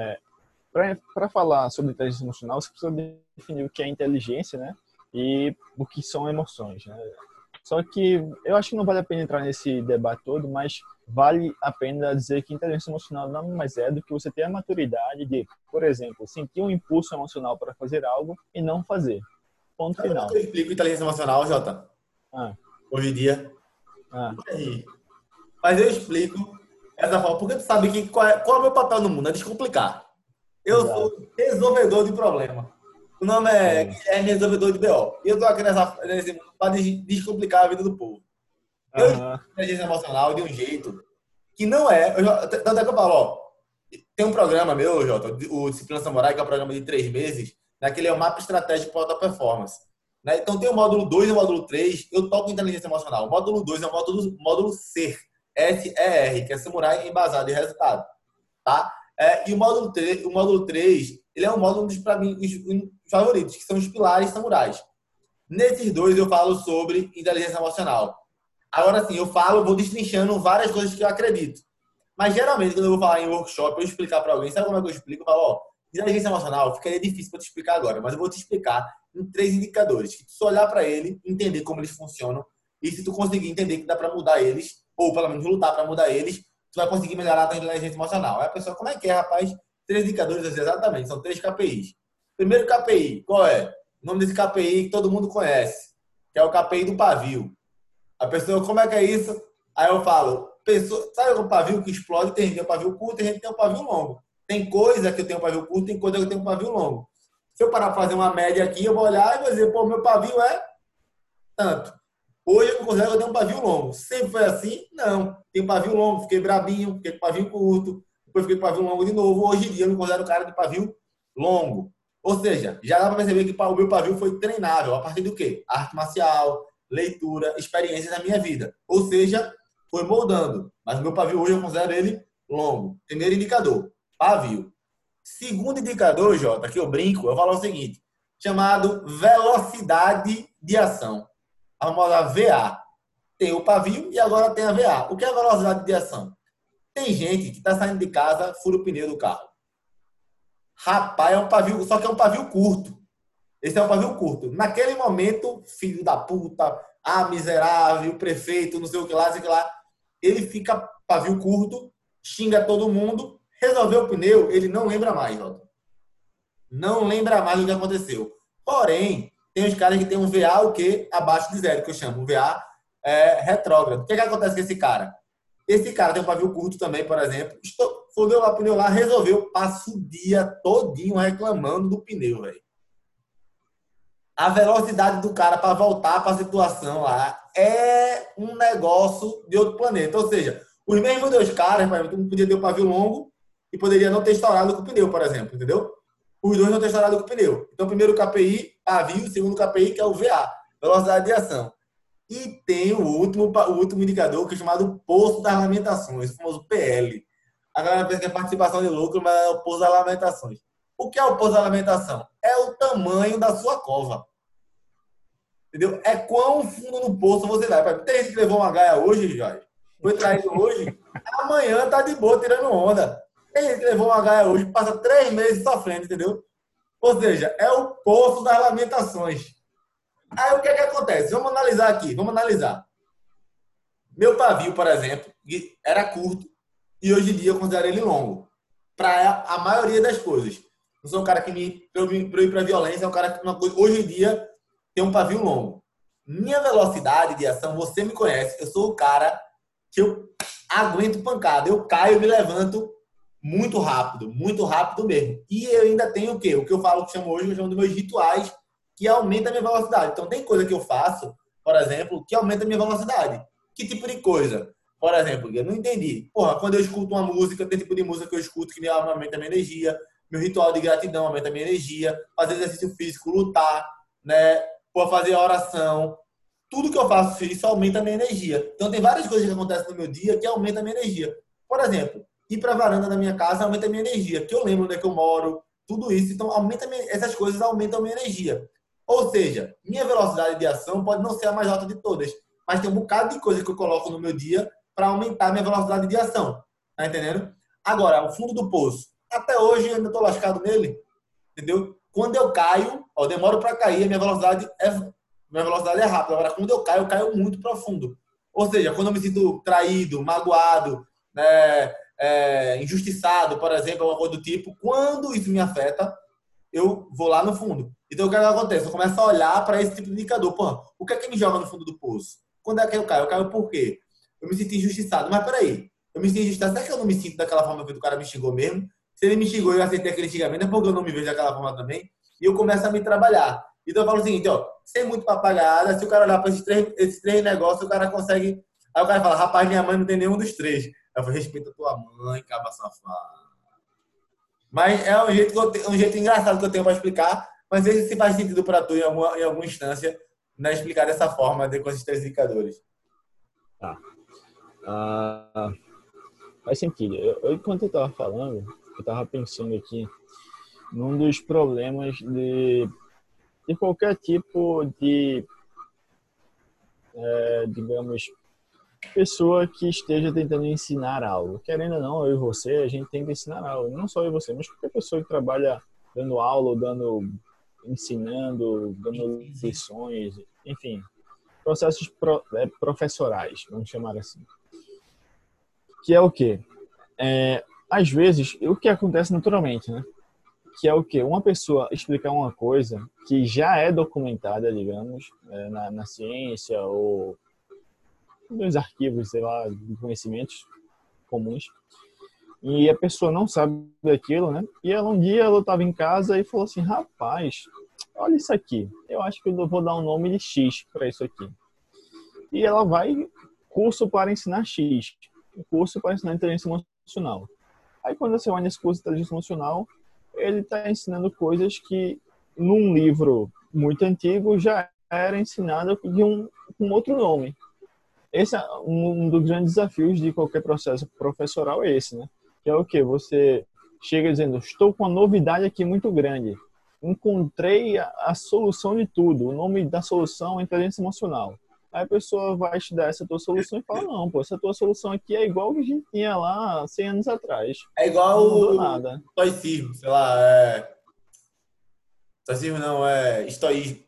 para falar sobre inteligência emocional, você precisa definir o que é inteligência, né? E o que são emoções, né? Só que eu acho que não vale a pena entrar nesse debate todo, mas vale a pena dizer que inteligência emocional não mais é do que você ter a maturidade de, por exemplo, sentir um impulso emocional para fazer algo e não fazer. Ponto final. Eu explico inteligência emocional, Jota. Hoje em dia. Mas eu explico essa forma, porque tu sabe que qual é o meu papel no mundo? É descomplicar. Eu sou resolvedor de problema. O nome é resolvedor de BO. E eu tô aqui nesse mundo para descomplicar a vida do povo. Eu explico inteligência emocional de um jeito que não é... Tanto é que eu falo, tem um programa meu, Jota, o Disciplina Samurai, que é um programa de 3 meses, naquele é o mapa estratégico para alta performance. Né? Então tem o módulo 2 e o módulo 3, eu toco inteligência emocional. O módulo 2 é o módulo SER, S-E-R, que é Samurai Embasado em Resultado. Tá? E o módulo 3, ele é um módulo para mim, os favoritos, que são os pilares samurais. Nesses dois eu falo sobre inteligência emocional. Agora sim, vou destrinchando várias coisas que eu acredito. Mas geralmente, quando eu vou falar em workshop, eu explicar para alguém, sabe como é que eu explico? Eu falo, inteligência emocional ficaria difícil para te explicar agora, mas eu vou te explicar em 3 indicadores. Que tu só olhar para ele, entender como eles funcionam, e se tu conseguir entender que dá para mudar eles, ou pelo menos lutar para mudar eles, tu vai conseguir melhorar a tua inteligência emocional. Aí a pessoa, como é que é, rapaz? 3 indicadores, exatamente, são 3 KPIs. Primeiro KPI, qual é? O nome desse KPI que todo mundo conhece, que é o KPI do pavio. A pessoa, como é que é isso? Aí eu falo, sabe o pavio que explode? Tem gente que tem um pavio curto, tem gente que tem um pavio longo. Tem coisa que eu tenho um pavio curto, tem coisa que eu tenho um pavio longo. Se eu parar para fazer uma média aqui, eu vou olhar e vou dizer, pô, meu pavio é tanto. Hoje eu não considero que eu tenho um pavio longo. Sempre foi assim? Não. Tenho pavio longo, fiquei brabinho, fiquei com pavio curto, depois fiquei com pavio longo de novo. Hoje em dia eu me considero cara de pavio longo. Ou seja, já dá para perceber que o meu pavio foi treinável. A partir do quê? Arte marcial, leitura, experiências na minha vida. Ou seja, foi moldando. Mas o meu pavio hoje eu considero ele longo. Primeiro indicador, pavio. Segundo indicador, Jota, que eu brinco, eu falo o seguinte, chamado velocidade de ação. A famosa VA. Tem o pavio e agora tem a VA. O que é a velocidade de ação? Tem gente que está saindo de casa, fura o pneu do carro. Rapaz, é um pavio, só que é um pavio curto. Esse é um pavio curto. Naquele momento, filho da puta, miserável, prefeito, não sei o que lá, sei o que lá, ele fica pavio curto, xinga todo mundo, resolveu o pneu, ele não lembra mais, Jota. Não lembra mais do que aconteceu. Porém, tem os caras que tem um VA o quê? Abaixo de zero, que eu chamo. Um VA retrógrado. O que acontece com esse cara? Esse cara tem um pavio curto também, por exemplo. Fodeu lá o pneu lá, resolveu. Passa o dia todinho reclamando do pneu, velho. A velocidade do cara para voltar para a situação lá é um negócio de outro planeta. Ou seja, os mesmos dois caras, por exemplo, um podia ter um pavio longo e poderia não ter estourado com o pneu, por exemplo, entendeu? Os dois não ter estourado com o pneu. Então, primeiro KPI, pavio, segundo KPI, que é o VA, velocidade de ação. E tem o último indicador, que é chamado Poço das Lamentações, o famoso PL. A galera pensa que é participação de lucro, mas é o Poço das Lamentações. O que é o Poço da Lamentação? É o tamanho da sua cova. Entendeu? É quão fundo no poço você vai. Tem gente que levou uma gaia hoje, Jorge. Foi traído hoje. Amanhã tá de boa tirando onda. Tem gente que levou uma gaia hoje, passa 3 meses sofrendo, entendeu? Ou seja, é o poço das lamentações. Aí o que é que acontece? Vamos analisar aqui, vamos analisar. Meu pavio, por exemplo, era curto e hoje em dia eu considero ele longo. Para a maioria das coisas. Não sou um cara que para eu ir para violência, é um cara que hoje em dia tem um pavio longo. Minha velocidade de ação, você me conhece, eu sou o cara que eu aguento pancada. Eu caio e me levanto muito rápido mesmo. E eu ainda tenho o quê? O que eu falo, que chamo hoje, eu chamo dos meus rituais, que aumenta a minha velocidade. Então, tem coisa que eu faço, por exemplo, que aumenta a minha velocidade. Que tipo de coisa? Por exemplo, eu não entendi. Porra, quando eu escuto uma música, tem tipo de música que eu escuto que me aumenta a minha energia. Meu ritual de gratidão aumenta a minha energia. Fazer exercício físico, lutar, né? Por fazer oração. Tudo que eu faço isso aumenta a minha energia. Então, tem várias coisas que acontecem no meu dia que aumentam a minha energia. Por exemplo, ir para a varanda da minha casa aumenta a minha energia, que eu lembro onde é que eu moro, tudo isso. Então, essas coisas aumentam a minha energia. Ou seja, minha velocidade de ação pode não ser a mais alta de todas, mas tem um bocado de coisa que eu coloco no meu dia para aumentar a minha velocidade de ação. Tá entendendo? Agora, o fundo do poço. Até hoje eu ainda estou lascado nele, entendeu? Quando eu caio, eu demoro para cair, a minha velocidade é rápida. Agora, quando eu caio muito profundo. Ou seja, quando eu me sinto traído, magoado, né, injustiçado, por exemplo, alguma coisa do tipo, quando isso me afeta, eu vou lá no fundo. Então, o que acontece? Eu começo a olhar para esse tipo de indicador. Pô, o que é que me joga no fundo do poço? Quando é que eu caio? Eu caio por quê? Eu me sinto injustiçado. Mas peraí, eu me sinto injustiçado. Será que eu não me sinto daquela forma que o cara me xingou mesmo? Se ele me xingou e eu aceitei aquele xingamento, é porque eu não me vejo daquela forma também. E eu começo a me trabalhar. Então, eu falo o seguinte, ó, sem muito papagaiada, se o cara olhar para esses três negócios, o cara consegue... Aí o cara fala, rapaz, minha mãe não tem nenhum dos três. Eu falo, respeita a tua mãe, caba safado. Mas é um jeito engraçado que eu tenho para explicar, mas veja se faz sentido para tu em alguma instância, né, explicar dessa forma, com esses três indicadores. Tá. Faz sentido. Enquanto eu estava falando, eu estava pensando aqui num dos problemas de qualquer tipo de, digamos, pessoa que esteja tentando ensinar algo. Querendo ou não, eu e você, a gente tem que ensinar algo. Não só eu e você, mas qualquer pessoa que trabalha dando aula, ensinando, dando lições, enfim, processos professorais, vamos chamar assim. Que é o quê? Às vezes, o que acontece naturalmente, né? Que é o quê? Uma pessoa explicar uma coisa que já é documentada, digamos, na ciência ou nos arquivos, sei lá, de conhecimentos comuns. E a pessoa não sabe daquilo, né? E ela um dia ela estava em casa e falou assim, rapaz, olha isso aqui. Eu acho que eu vou dar um nome de X para isso aqui. E ela vai curso para ensinar X, curso para ensinar inteligência emocional. Aí quando você vai nesse curso de inteligência emocional, ele está ensinando coisas que num livro muito antigo já era ensinado com outro nome. Esse é um dos grandes desafios de qualquer processo professoral, é esse, né? Que é o quê? Você chega dizendo, estou com uma novidade aqui muito grande. Encontrei a solução de tudo. O nome da solução é inteligência emocional. Aí a pessoa vai te dar essa tua solução e fala, não, pô, essa tua solução aqui é igual que a gente tinha lá 100 anos atrás. É igual Não mudou o nada. estoicismo, sei lá, estoicismo não, é estoísmo.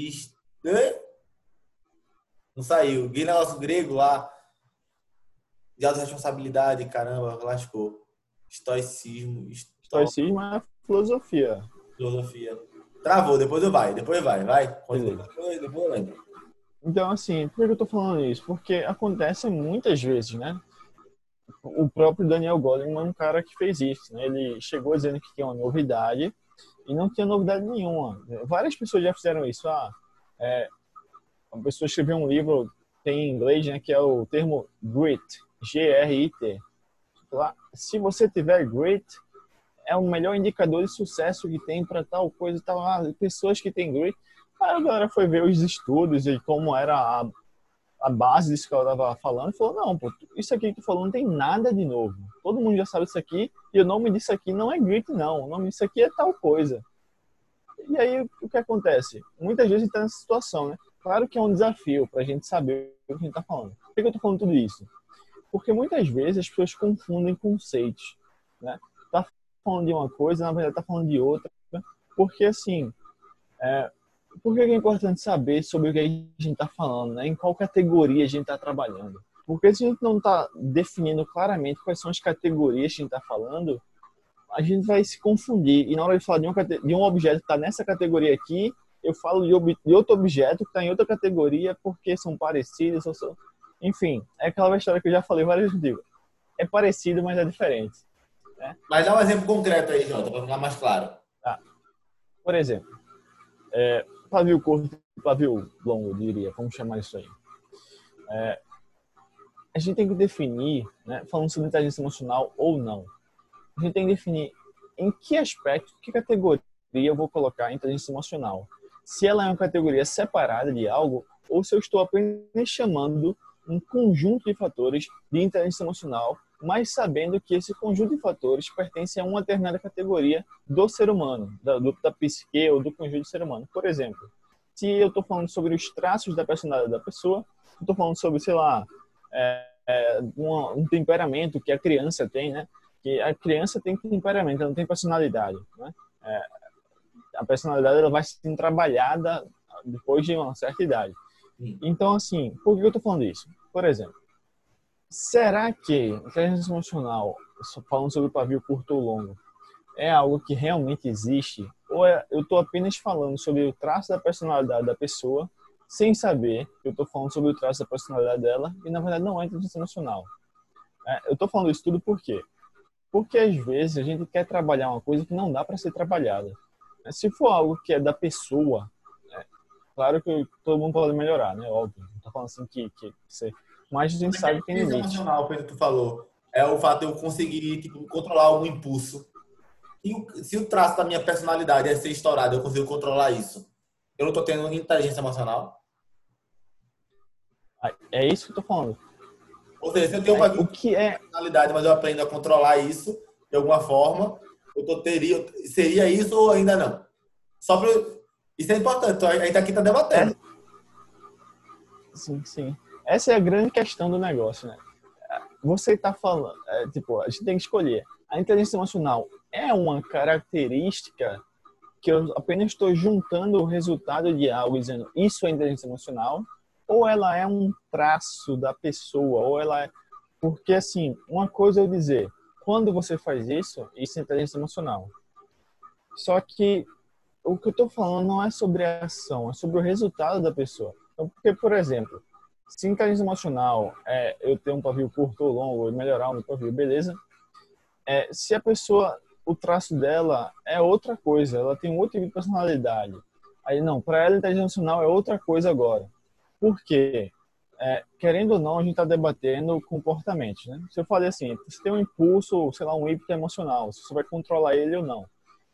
Não saiu. Aquele negócio grego lá, de autorresponsabilidade, caramba, lascou. Estoicismo, Estoicismo é filosofia. filosofia. Travou, depois vai. Continua, Beleza. depois eu lembro. Então, assim, por que eu tô falando isso? Porque acontece muitas vezes, né? O próprio Daniel Goleman é um cara que fez isso, né? Ele chegou dizendo que tinha uma novidade e não tinha novidade nenhuma. Várias pessoas já fizeram isso. Uma pessoa escreveu um livro, tem em inglês, né? Que é o termo GRIT, G-R-I-T. Se você tiver GRIT, é o melhor indicador de sucesso que tem para tal coisa, tal. Pessoas que têm GRIT. Aí a galera foi ver os estudos e como era a base disso que ela estava falando, e falou, não, pô, isso aqui que tu falou não tem nada de novo. Todo mundo já sabe isso aqui, e o nome disso aqui não é grit, não. O nome disso aqui é tal coisa. E aí, o que acontece? Muitas vezes a gente está nessa situação, né? Claro que é um desafio para a gente saber o que a gente está falando. Por que eu estou falando tudo isso? Porque muitas vezes as pessoas confundem conceitos, né? Tá falando de uma coisa, na verdade tá falando de outra. Porque, assim, por que é importante saber sobre o que a gente está falando, né? Em qual categoria a gente está trabalhando? Porque se a gente não está definindo claramente quais são as categorias que a gente está falando, a gente vai se confundir. E na hora de falar de um objeto que está nessa categoria aqui, eu falo de outro objeto que está em outra categoria porque são parecidos. Enfim, é aquela história que eu já falei várias vezes. É parecido, mas é diferente. Né? Mas dá um exemplo concreto aí, Jota, para ficar mais claro. Tá. Por exemplo, pavio curto e pavio longo, eu diria. Vamos chamar isso aí. A gente tem que definir, né, falando sobre inteligência emocional ou não, a gente tem que definir em que aspecto, que categoria eu vou colocar a inteligência emocional. Se ela é uma categoria separada de algo ou se eu estou apenas chamando um conjunto de fatores de inteligência emocional, mas sabendo que esse conjunto de fatores pertence a uma determinada categoria do ser humano, da psique ou do conjunto do ser humano. Por exemplo, se eu estou falando sobre os traços da personalidade da pessoa, eu estou falando sobre, sei lá, um temperamento que a criança tem, né? Que a criança tem temperamento, ela não tem personalidade, né? A personalidade ela vai sendo trabalhada depois de uma certa idade. Então, assim, por que eu estou falando isso? Por exemplo, será que a inteligência emocional, falando sobre o pavio curto ou longo, é algo que realmente existe? Ou eu estou apenas falando sobre o traço da personalidade da pessoa, sem saber que eu estou falando sobre o traço da personalidade dela, e na verdade não é inteligência emocional? Eu estou falando isso tudo por quê? Porque às vezes a gente quer trabalhar uma coisa que não dá para ser trabalhada. Se for algo que é da pessoa, claro que todo mundo pode melhorar, né? Óbvio. Não tô falando assim que você... Mas a gente sabe que tem Inteligência limite. emocional, pelo que tu falou, é o fato de eu conseguir tipo, controlar algum impulso. E se o traço da minha personalidade é ser estourado, eu consigo controlar isso. Eu não tô tendo inteligência emocional. É isso que eu tô falando. Ou seja, se eu tenho O que é... personalidade, mas eu aprendo a controlar isso de alguma forma, seria isso ou ainda não? Só para isso é importante. A gente aqui está debatendo. Sim, sim. Essa é a grande questão do negócio, né? Você está falando, tipo, a gente tem que escolher. A inteligência emocional é uma característica que eu apenas estou juntando o resultado de algo dizendo isso é inteligência emocional, ou ela é um traço da pessoa, ou ela é... Porque, assim, uma coisa é eu dizer, quando você faz isso é inteligência emocional. Só que o que eu estou falando não é sobre a ação, é sobre o resultado da pessoa. Então, porque, por exemplo, se inteligência emocional é eu ter um pavio curto ou longo, ou melhorar o meu pavio, beleza. se a pessoa, o traço dela é outra coisa, ela tem um outro tipo de personalidade. Aí não, para ela inteligência emocional é outra coisa agora. Por quê? Querendo ou não, a gente está debatendo comportamentos, né? Se eu falei assim, você tem um impulso, sei lá, um ímpeto emocional, se você vai controlar ele ou não.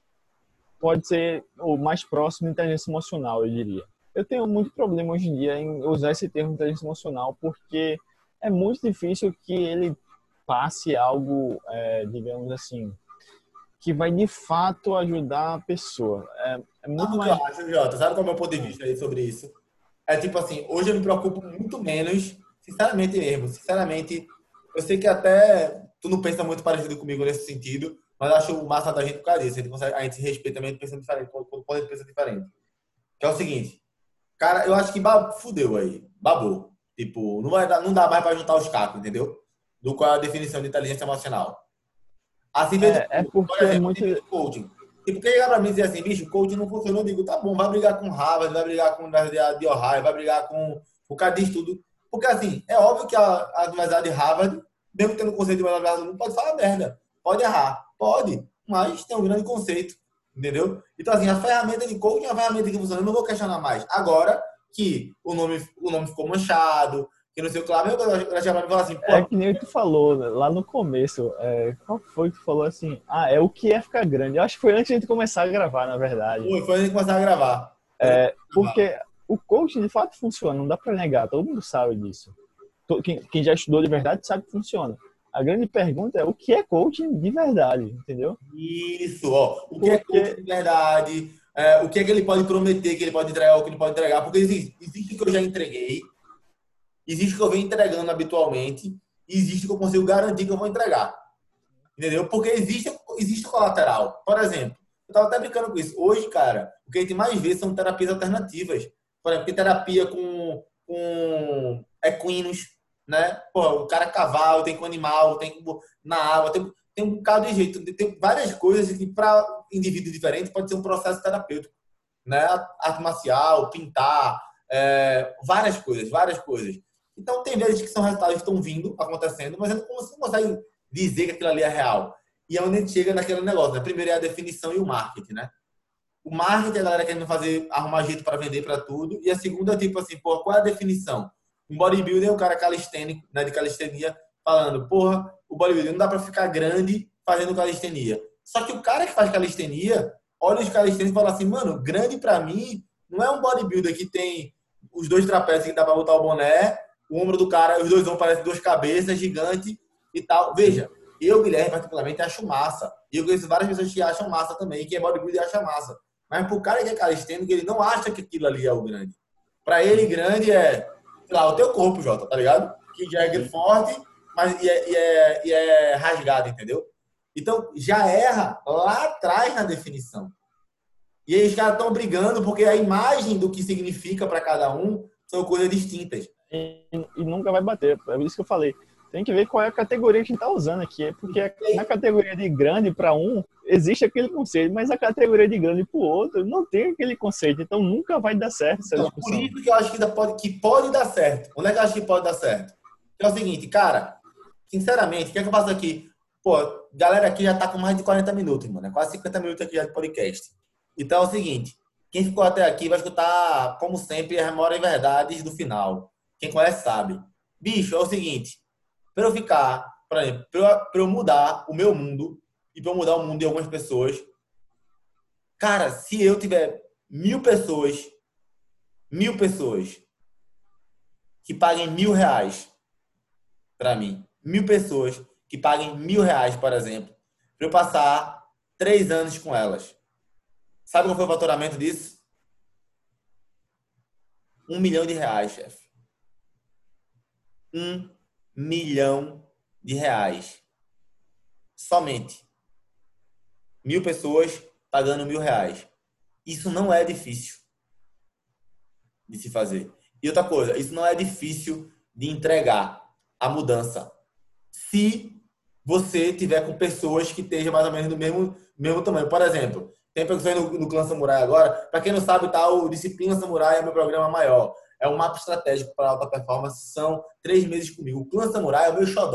Pode ser o mais próximo de inteligência emocional, eu diria. Eu tenho muito problema hoje em dia em usar esse termo inteligência emocional porque é muito difícil que ele passe algo, digamos assim, que vai de fato ajudar a pessoa. É muito Sabe o que eu mais... acho, Jota? Sabe qual é o meu ponto de vista aí sobre isso? É tipo assim, hoje eu me preocupo muito menos, sinceramente mesmo. Sinceramente, eu sei que até tu não pensa muito parecido comigo nesse sentido, mas eu acho massa da gente por causa disso. A gente se respeita mesmo pensando diferente, quando a gente pensa diferente. Que é o seguinte, cara, eu acho que fudeu aí, babou. Tipo, não dá mais pra juntar os cacos, entendeu? Do qual é a definição de inteligência emocional. Assim feito, É por porque é exemplo, muito... assim feito coaching. Tipo, quem chegar pra mim e dizer assim, bicho, coaching não funcionou, eu digo, tá bom, vai brigar com Harvard, vai brigar com a Universidade de Ohio, vai brigar com o cara diz tudo. Porque assim, é óbvio que a Universidade de Harvard, mesmo tendo conceito de melhor universidade do mundo, pode falar merda. Pode errar. Pode. Mas tem um grande conceito. Entendeu? Então, assim, a ferramenta de coaching é uma ferramenta que funciona. Eu não vou questionar mais. Agora que o nome ficou manchado, que não sei o que lá, meu Deus, ela já vai me falar assim, É pô, que nem tu falou né, lá no começo. Qual foi que tu falou assim? É o que é ficar grande. Eu acho que foi antes de a gente começar a gravar, na verdade. foi a gente começar a gravar. Foi a gente começar a gravar. Porque o coaching de fato funciona, não dá pra negar. Todo mundo sabe disso. Quem já estudou de verdade sabe que funciona. A grande pergunta é o que é coaching de verdade, entendeu? Isso, ó. O que é coach Porque de verdade? O que é que ele pode prometer, que ele pode entregar, o que ele pode entregar? Porque existe o que eu já entreguei, existe o que eu venho entregando habitualmente, e existe o que eu consigo garantir que eu vou entregar. Entendeu? Porque existe o colateral. Por exemplo, eu estava até brincando com isso. Hoje, cara, o que a gente mais vê são terapias alternativas. Por exemplo, tem terapia com equinos, né? Pô, o cara é cavalo, tem com animal, tem na água, tem um bocado de jeito. Tem várias coisas que, para indivíduos diferentes, pode ser um processo terapêutico. Né? Arte marcial, pintar, várias coisas, várias coisas. Então, tem vezes que são resultados que estão vindo, acontecendo, mas você não consegue dizer que aquilo ali é real. E é onde a gente chega naquele negócio, né? Primeiro é a definição e o marketing, né? O marketing é a galera querendo arrumar jeito para vender para tudo. E a segunda é tipo assim, pô, qual é a definição? Um bodybuilder é um cara calistênico, né, de calistenia, falando, porra, o bodybuilder não dá para ficar grande fazendo calistenia. Só que o cara que faz calistenia, olha os calistênicos e fala assim, mano, grande para mim não é um bodybuilder que tem os dois trapézios que dá para botar o boné, o ombro do cara, os dois ombros parecem duas cabeças gigantes e tal. Veja, eu, Guilherme, particularmente, acho massa. E eu conheço várias pessoas que acham massa também, que é bodybuilder e acha massa. Mas pro cara que é calistênico, ele não acha que aquilo ali é o grande. Pra ele, grande é, sei lá, o teu corpo, Jota, tá ligado? Que já é forte, mas e é rasgado, entendeu? Então, já erra lá atrás na definição. E aí os caras estão brigando porque a imagem do que significa para cada um são coisas distintas. e nunca vai bater. É isso que eu falei. Tem que ver qual é a categoria que a gente está usando aqui. Porque na categoria de grande para um, existe aquele conceito, mas a categoria de grande para o outro não tem aquele conceito. Então nunca vai dar certo essa Então, por discussão. isso que eu acho que pode dar certo. Onde é que eu acho que pode dar certo? É o seguinte, cara, sinceramente, o que é que eu faço aqui? Pô, galera aqui já tá com mais de 40 minutos, mano. É quase 50 minutos aqui já de podcast. Então é o seguinte, quem ficou até aqui vai escutar, como sempre, as memórias e verdades do final. Quem conhece sabe. Bicho, é o seguinte, para eu ficar, por exemplo, para eu mudar o meu mundo e para eu mudar o mundo de algumas pessoas, cara, se eu tiver 1.000 pessoas que paguem R$ 1.000 para mim, 1.000 pessoas que paguem R$ 1.000, por exemplo, para eu passar 3 anos com elas. Sabe qual foi o faturamento disso? R$ 1 milhão, chefe. R$ 1 milhão. Somente. 1.000 pessoas pagando R$ 1.000. Isso não é difícil de se fazer. E outra coisa, isso não é difícil de entregar a mudança. Se você tiver com pessoas que estejam mais ou menos do mesmo tamanho. Por exemplo, tem pessoas no Clã Samurai agora. Para quem não sabe, tá, o Disciplina Samurai é meu programa maior. É um mapa estratégico para alta performance. São 3 meses comigo. O Clã Samurai é o meu xodó.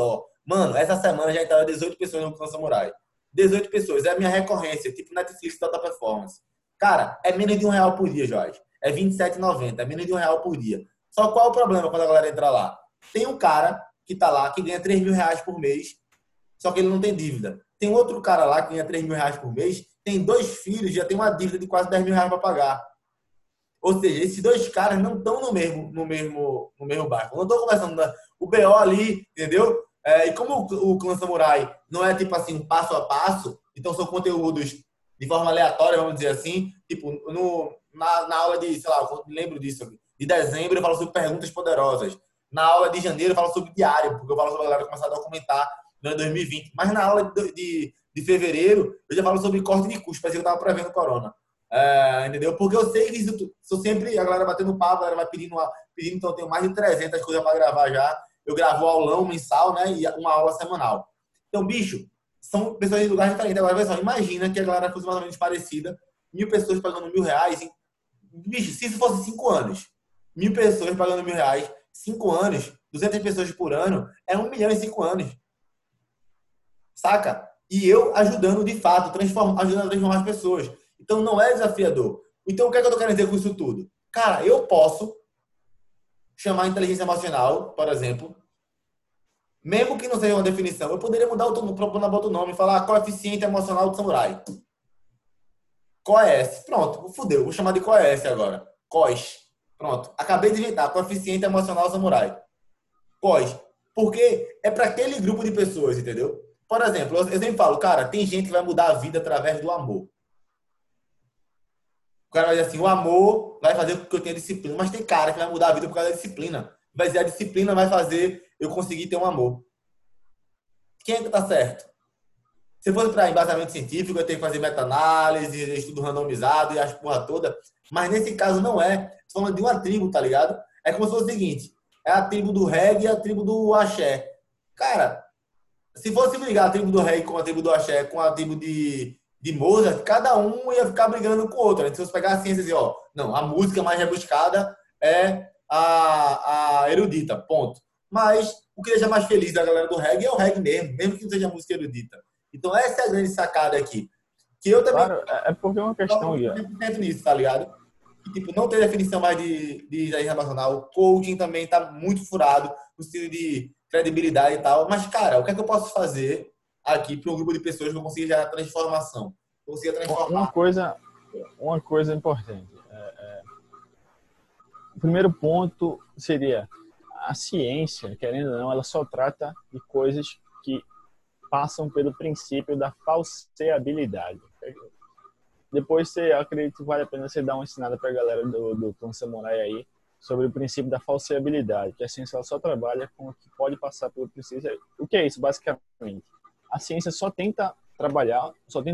Mano, essa semana já entraram 18 pessoas no Clã Samurai. 18 pessoas. É a minha recorrência, tipo Netflix da alta performance. Cara, é menos de R$ 1 por dia, Jorge. É R$ 27,90. É menos de R$ 1 por dia. Só qual é o problema quando a galera entra lá? Tem um cara que tá lá, que ganha R$ 3.000 por mês, só que ele não tem dívida. Tem outro cara lá que ganha R$ 3.000 por mês, tem 2 filhos, já tem uma dívida de quase R$ 10.000 para pagar. Ou seja, esses dois caras não estão no mesmo barco. Não estou conversando o BO ali, entendeu? E como o Clã Samurai não é tipo assim, um passo a passo, então são conteúdos de forma aleatória, vamos dizer assim. Tipo, na aula de, sei lá, eu lembro disso, de dezembro eu falo sobre perguntas poderosas. Na aula de janeiro eu falo sobre diário, porque eu falo sobre a galera começar a documentar durante 2020. Mas na aula de fevereiro eu já falo sobre corte de custos, parecia que eu estava prevendo corona. Entendeu? Porque eu sei que isso, sou sempre a galera batendo papo, a galera vai pedindo, então eu tenho mais de 300 coisas para gravar já. Eu gravo aulão mensal, né? E uma aula semanal. Então, bicho, são pessoas de lugares diferentes. Agora, pessoal, imagina que a galera fosse mais ou menos parecida, 1.000 pessoas pagando R$ 1.000. Bicho, se isso fosse 5 anos, 1.000 pessoas pagando R$ 1.000, 5 anos, 200 pessoas por ano, é 1 milhão em 5 anos. Saca? E eu ajudando de fato, ajudando a transformar as pessoas. Então não é desafiador. Então o que é que eu tô querendo dizer com isso tudo? Cara, eu posso chamar a inteligência emocional, por exemplo, mesmo que não seja uma definição, eu poderia mudar outro nome e falar coeficiente emocional do samurai. COES. Pronto, fudeu. Vou chamar de COES agora. COES. Pronto. Acabei de inventar. Coeficiente emocional samurai. COES. Porque é para aquele grupo de pessoas, entendeu? Por exemplo, eu sempre falo, cara, tem gente que vai mudar a vida através do amor. O cara vai dizer assim, o amor vai fazer com que eu tenha disciplina. Mas tem cara que vai mudar a vida por causa da disciplina. Vai dizer, a disciplina vai fazer eu conseguir ter um amor. Quem é que tá certo? Se fosse para embasamento científico, eu tenho que fazer meta-análise, estudo randomizado e as porra toda. Mas nesse caso não é. Estou falando de uma tribo, tá ligado? É como se fosse o seguinte: é a tribo do reggae e a tribo do axé. Cara, se fosse brigar a tribo do reggae com a tribo do axé, com a tribo de Mozart, cada um ia ficar brigando com o outro. Se você pegar a ciência e dizer, ó, não, a música mais rebuscada é a erudita, ponto. Mas o que deixa mais feliz da galera do reggae é o reggae mesmo que não seja música erudita. Então, essa é a grande sacada aqui. Que eu também. Claro, é porque é uma questão, Ian. Nisso, tá ligado? Que, tipo, não tem definição mais de inteligência emocional. O coaching também tá muito furado, no sentido de credibilidade e tal. Mas, cara, o que é que eu posso fazer aqui para um grupo de pessoas que eu consiga gerar transformação? Eu consiga transformar. Uma coisa importante. O primeiro ponto seria a ciência, querendo ou não, ela só trata de coisas que passam pelo princípio da falseabilidade. Depois, eu acredito que vale a pena você dar uma ensinada para a galera do Clã Samurai aí sobre o princípio da falseabilidade, que a ciência ela só trabalha com o que pode passar pelo princípio. O que é isso, basicamente? A ciência só trabalha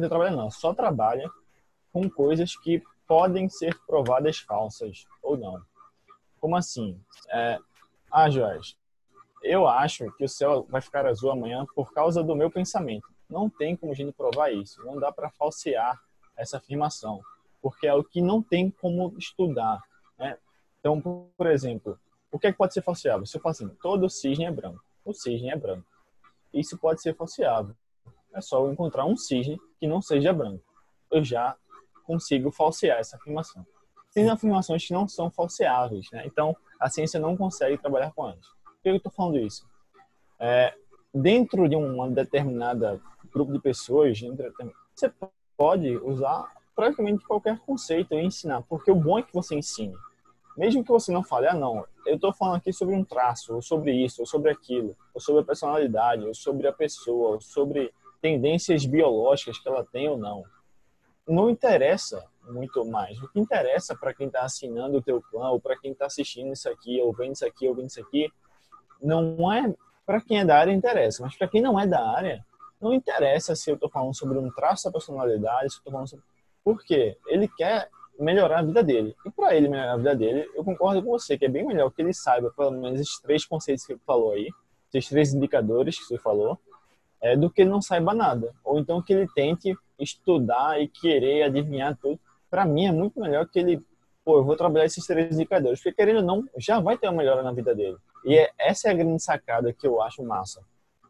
com coisas que podem ser provadas falsas ou não. Como assim? Jorge, eu acho que o céu vai ficar azul amanhã por causa do meu pensamento. Não tem como a gente provar isso. Não dá para falsear essa afirmação, porque é o que não tem como estudar, né? Então, por exemplo, o que é que pode ser falseável? Se eu falo assim, todo cisne é branco. O cisne é branco. Isso pode ser falseável. É só eu encontrar um cisne que não seja branco. Eu já consigo falsear essa afirmação. Tem afirmações que não são falseáveis, né? Então, a ciência não consegue trabalhar com elas. Por que eu estou falando isso? Dentro de uma determinada grupo de pessoas, você pode usar praticamente qualquer conceito e ensinar, porque o bom é que você ensine. Mesmo que você não fale, não, eu estou falando aqui sobre um traço, ou sobre isso, ou sobre aquilo, ou sobre a personalidade, ou sobre a pessoa, ou sobre tendências biológicas que ela tem ou não. Não interessa muito mais. O que interessa para quem está assinando o teu clã, ou para quem está assistindo isso aqui, ou vendo isso aqui, ou vendo isso aqui, não é para quem é da área interessa, mas para quem não é da área, não interessa se eu estou falando sobre um traço da personalidade, se eu estou falando sobre... Por quê? Ele quer melhorar a vida dele. E para ele melhorar a vida dele, eu concordo com você, que é bem melhor que ele saiba pelo menos esses 3 conceitos que você falou aí, esses 3 indicadores que você falou, do que ele não saiba nada. Ou então que ele tente estudar e querer adivinhar tudo. Para mim é muito melhor que ele, eu vou trabalhar esses 3 indicadores, porque querendo ou não, já vai ter uma melhora na vida dele. E essa é a grande sacada que eu acho massa.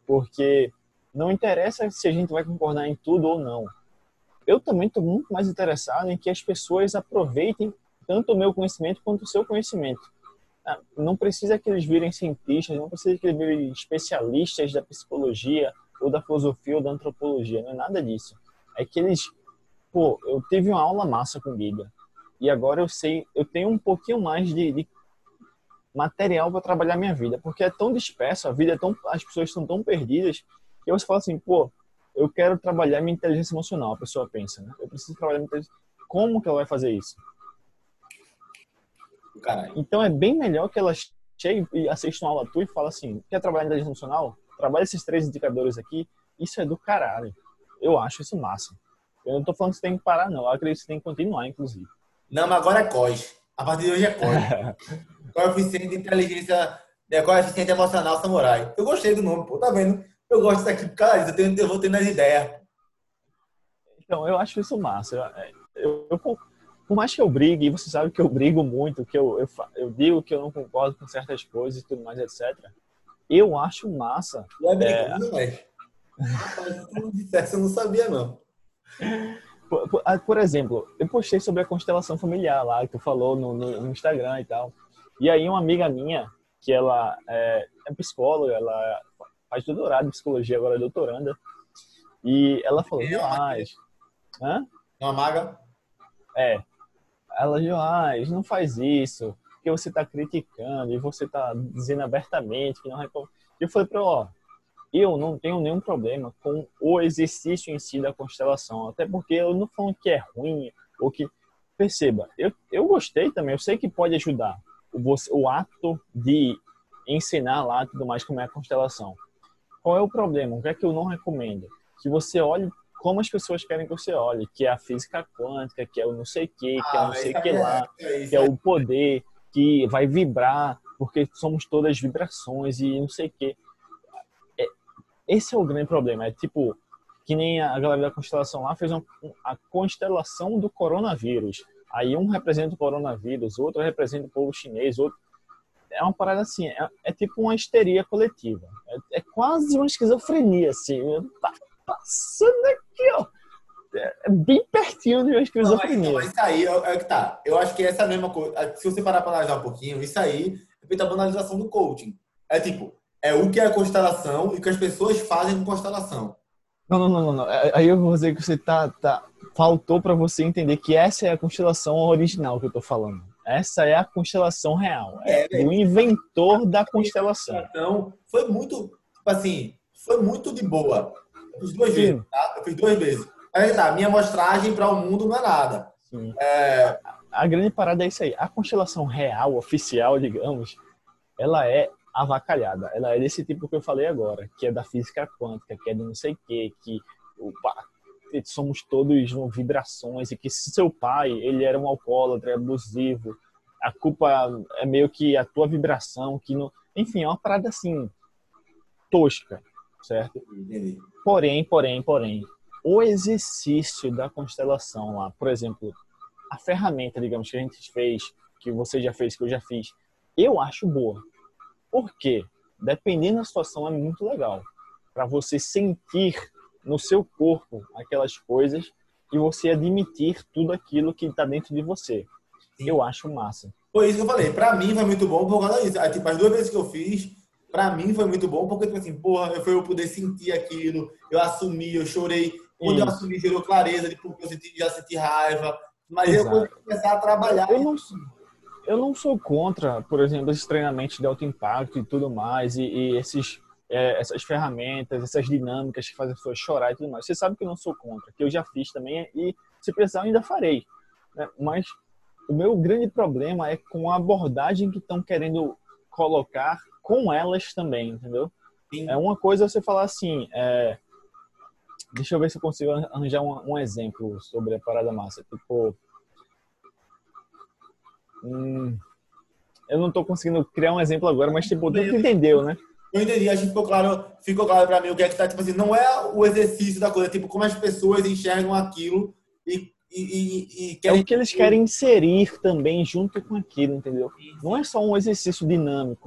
porque não interessa se a gente vai concordar em tudo ou não. Eu também estou muito mais interessado em que as pessoas aproveitem tanto o meu conhecimento quanto o seu conhecimento. Não precisa que eles virem cientistas, não precisa que eles virem especialistas da psicologia ou da filosofia ou da antropologia, não é nada disso. É que eles, pô, eu tive uma aula massa com o Giga e agora eu sei, eu tenho um pouquinho mais de material para trabalhar minha vida, porque é tão disperso, a vida é tão, as pessoas estão tão perdidas que você fala assim, pô, eu quero trabalhar minha inteligência emocional, a pessoa pensa, né? Eu preciso trabalhar minha inteligência. Como que ela vai fazer isso? Caralho. Então é bem melhor que ela chegue e assista uma aula tua e fale assim, quer trabalhar em inteligência emocional? Trabalha esses 3 indicadores aqui, isso é do caralho. Eu acho isso massa. Eu não tô falando que você tem que parar, não. Eu acredito que você tem que continuar, inclusive. Não, mas agora é COS. A partir de hoje é COS. Coeficiente de inteligência, coeficiente emocional samurai. Eu gostei do nome, pô, tá vendo? Eu gosto disso aqui por causa disso, eu vou tendo as ideias. Então, eu acho isso massa. Por mais que eu brigue, e você sabe que eu brigo muito, que eu digo que eu não concordo com certas coisas e tudo mais, etc. Eu acho massa. Não é brigando, mas... Rapaz, se tu não dissesse, eu não sabia, não. Por exemplo, eu postei sobre a constelação familiar lá, que tu falou no Instagram e tal. E aí uma amiga minha, que ela é psicóloga, ela faz doutorado em psicologia, agora é doutoranda, e ela falou, Joás, hã? É uma maga? É, ela, Joás, não faz isso, porque você tá criticando e você tá dizendo abertamente que não recomenda. Eu falei pra ela, ó, eu não tenho nenhum problema com o exercício em si da constelação, até porque eu não falo que é ruim ou que... Perceba, eu gostei também, eu sei que pode ajudar o ato de ensinar lá tudo mais como é a constelação. Qual é o problema? O que é que eu não recomendo? Que você olhe como as pessoas querem que você olhe, que é a física quântica, que é o não sei o que é o não sei o que lá, que é o poder, que vai vibrar, porque somos todas vibrações e não sei o que. Esse é o grande problema. É tipo, que nem a galera da constelação lá fez a constelação do coronavírus. Aí um representa o coronavírus, outro representa o povo chinês, outro... É uma parada assim, é tipo uma histeria coletiva. É quase uma esquizofrenia, assim. Tá passando aqui, ó. É bem pertinho de uma esquizofrenia. Não, mas isso aí é o que tá. Eu acho que essa mesma coisa, se você parar para analisar um pouquinho, isso aí é feita a banalização do coaching. É tipo, é o que é a constelação e o que as pessoas fazem com constelação. Não. Aí eu vou dizer que você faltou para você entender que essa é a constelação original que eu tô falando. Essa é a constelação real. É do inventor da constelação. Então, foi muito, tipo assim, foi muito de boa. Eu fiz 2 vezes, tá? Eu fiz 2 vezes. Aí tá, minha amostragem para o mundo não é nada. Sim. A grande parada é isso aí. A constelação real, oficial, digamos, ela é avacalhada. Ela é desse tipo que eu falei agora, que é da física quântica, que é de não sei o que somos todos vibrações e que se seu pai, ele era um alcoólatra, abusivo, a culpa é meio que a tua vibração, que não... Enfim, é uma parada assim, tosca, certo? Entendi. Porém, o exercício da constelação lá, por exemplo, a ferramenta, digamos, que a gente fez, que você já fez, que eu já fiz, eu acho boa. Por quê? Dependendo da situação, é muito legal. Para você sentir no seu corpo aquelas coisas e você admitir tudo aquilo que está dentro de você. Sim. Eu acho massa. Foi isso que eu falei. Para mim foi muito bom por causa disso. Aí, tipo, as 2 vezes que eu fiz, para mim foi muito bom porque, tipo assim, porra, foi eu poder sentir aquilo, eu assumi, eu chorei. Quando eu assumi, gerou clareza de porque eu já senti raiva. Mas exato. Eu começar a trabalhar. Eu não sou contra, por exemplo, esses treinamentos de alto impacto e tudo mais, e essas ferramentas, essas dinâmicas que fazem as pessoas chorar e tudo mais. Você sabe que eu não sou contra, que eu já fiz também e, se precisar, eu ainda farei. Né? Mas o meu grande problema é com a abordagem que estão querendo colocar com elas também, entendeu? Sim. É uma coisa você falar assim, deixa eu ver se eu consigo arranjar um exemplo sobre a parada massa. Tipo, eu não tô conseguindo criar um exemplo agora, mas tipo, tu entendeu, né? Eu entendi, acho que ficou claro pra mim o que é que tá, tipo assim, não é o exercício da coisa, tipo, como as pessoas enxergam aquilo e querem... É o que eles querem inserir também junto com aquilo, entendeu? Não é só um exercício dinâmico,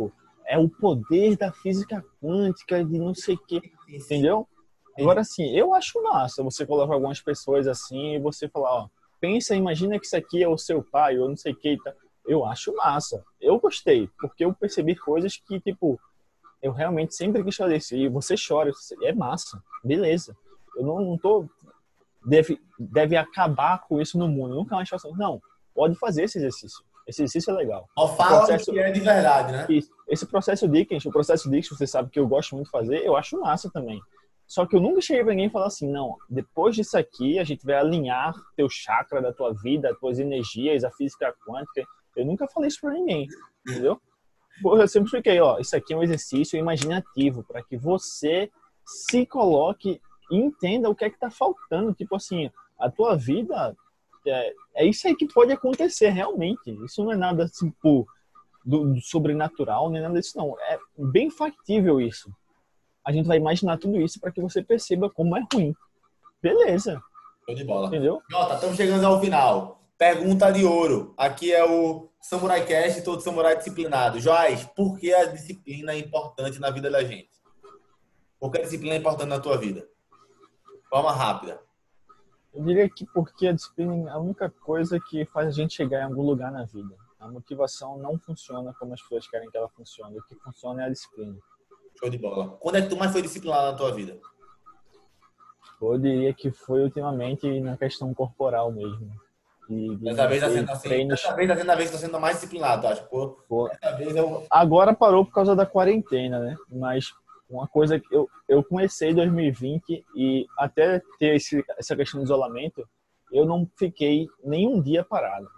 é o poder da física quântica, de não sei o quê, entendeu? Agora, assim, eu acho massa você colocar algumas pessoas assim e você falar, ó, pensa, imagina que isso aqui é o seu pai, ou não sei o que, tá? Eu acho massa. Eu gostei, porque eu percebi coisas que, tipo, eu realmente sempre quis fazer isso. E você chora, é massa, beleza. Eu não tô... Deve acabar com isso no mundo. Eu nunca mais faço. Não, pode fazer esse exercício. Esse exercício é legal. Ó, O fala o processo, que é de verdade, né? esse processo Dickens, o processo Dickens, você sabe que eu gosto muito de fazer, eu acho massa também. Só que eu nunca cheguei pra ninguém e falar assim, não, depois disso aqui, a gente vai alinhar teu chakra da tua vida, as tuas energias, a física quântica. Eu nunca falei isso pra ninguém, entendeu? Eu sempre expliquei, ó, isso aqui é um exercício imaginativo para que você se coloque e entenda o que é que tá faltando. Tipo assim, a tua vida é isso aí que pode acontecer realmente. Isso não é nada tipo do sobrenatural, nem nada disso não. É bem factível isso. A gente vai imaginar tudo isso para que você perceba como é ruim. Beleza, Show de bola. entendeu? Jota, estamos chegando ao final. Pergunta de ouro. Aqui é o Samurai Cast, todo samurai disciplinado. Joás, por que a disciplina é importante na vida da gente? Por que a disciplina é importante na tua vida? Forma rápida. Eu diria que porque a disciplina é a única coisa que faz a gente chegar em algum lugar na vida. A motivação não funciona como as pessoas querem que ela funcione. O que funciona é a disciplina. Show de bola. Quando é que tu mais foi disciplinado na tua vida? Eu diria que foi ultimamente na questão corporal mesmo. Dessa De vez tá ter sendo assim. treinos. Dessa vez tá sendo mais disciplinado, tu acha? Pô, Pô, dessa vez eu. agora parou por causa da quarentena, né? Mas uma coisa que eu comecei em 2020 e até ter essa questão de isolamento, eu não fiquei nenhum dia parado.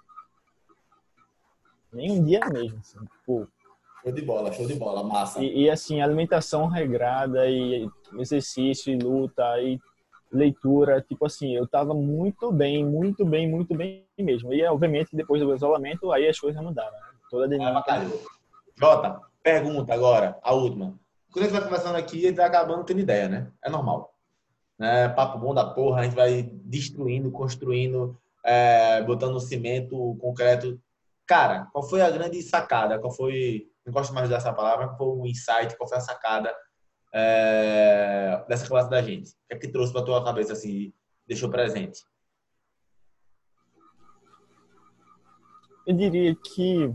Nenhum dia mesmo. Assim. Pô, Show de bola, massa. assim, alimentação regrada e exercício e luta e leitura, tipo assim, eu tava muito bem, muito bem, muito bem mesmo. E obviamente depois do isolamento, aí as coisas mudaram, né? Toda a É, dinâmica batalhou. mudou. Jota, pergunta agora, a última. Quando a gente vai conversando aqui, a gente vai acabando tendo ideia, né? É normal. Né? Papo bom da porra, a gente vai destruindo, construindo, botando o cimento, o concreto. Cara, qual foi a grande sacada? Qual foi, não gosto mais de usar essa palavra, qual foi o insight, qual foi a sacada dessa classe da gente? O que é que trouxe pra tua cabeça, assim, deixou presente? Eu diria que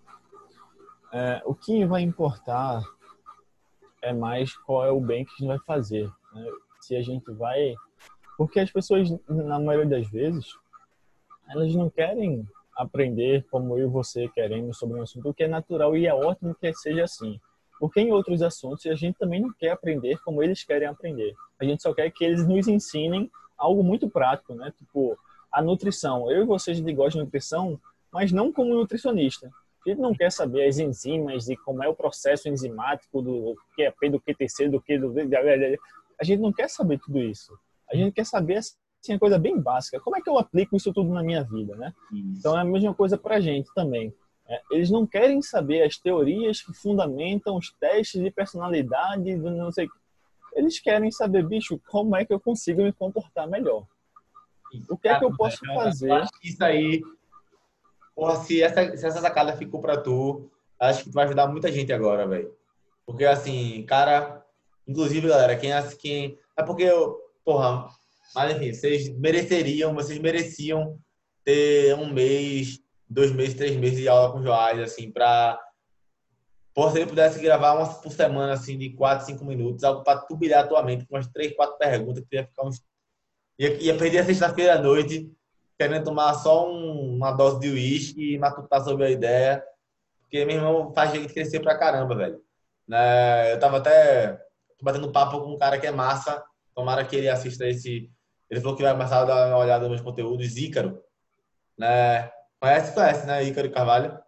o que vai importar é mais qual é o bem que a gente vai fazer. Né? Se a gente vai... Porque as pessoas, na maioria das vezes, elas não querem aprender como eu e você queremos sobre um assunto, o que é natural e é ótimo que seja assim. Porque em outros assuntos a gente também não quer aprender como eles querem aprender. A gente só quer que eles nos ensinem algo muito prático, né? Tipo, a nutrição. Eu e você, a gente gosta de nutrição, mas não como nutricionista. A gente não quer saber as enzimas e como é o processo enzimático do QAP, do QTC, do Q, do... A gente não quer saber tudo isso. A gente quer saber assim, a coisa bem básica. Como é que eu aplico isso tudo na minha vida, né? Então é a mesma coisa para a gente também. Eles não querem saber as teorias que fundamentam os testes de personalidade, do não sei. Eles querem saber, bicho, como é que eu consigo me comportar melhor? O que é que eu posso Eu fazer? acho que isso aí, porra, se essa sacada ficou pra tu, acho que tu vai ajudar muita gente agora, velho. Porque assim, cara, inclusive, galera, quem é porque eu, porra, mas enfim, vocês mereciam ter um mês, 2 meses, 3 meses de aula com o Joás, assim, por se ele pudesse gravar uma por semana, assim, de 4, 5 minutos, algo pra turbilhar a tua mente, com umas 3, 4 perguntas, que tu ia ficar ia perder a sexta-feira à noite, querendo tomar só uma dose de uísque e matutar sobre a ideia, porque, meu irmão, faz a gente crescer pra caramba, velho. Né? Eu tava até batendo papo com um cara que é massa, tomara que ele assista esse. Ele falou que vai começar a dar uma olhada nos meus conteúdos, Ícaro, né? Conhece, né? Ícaro Carvalho.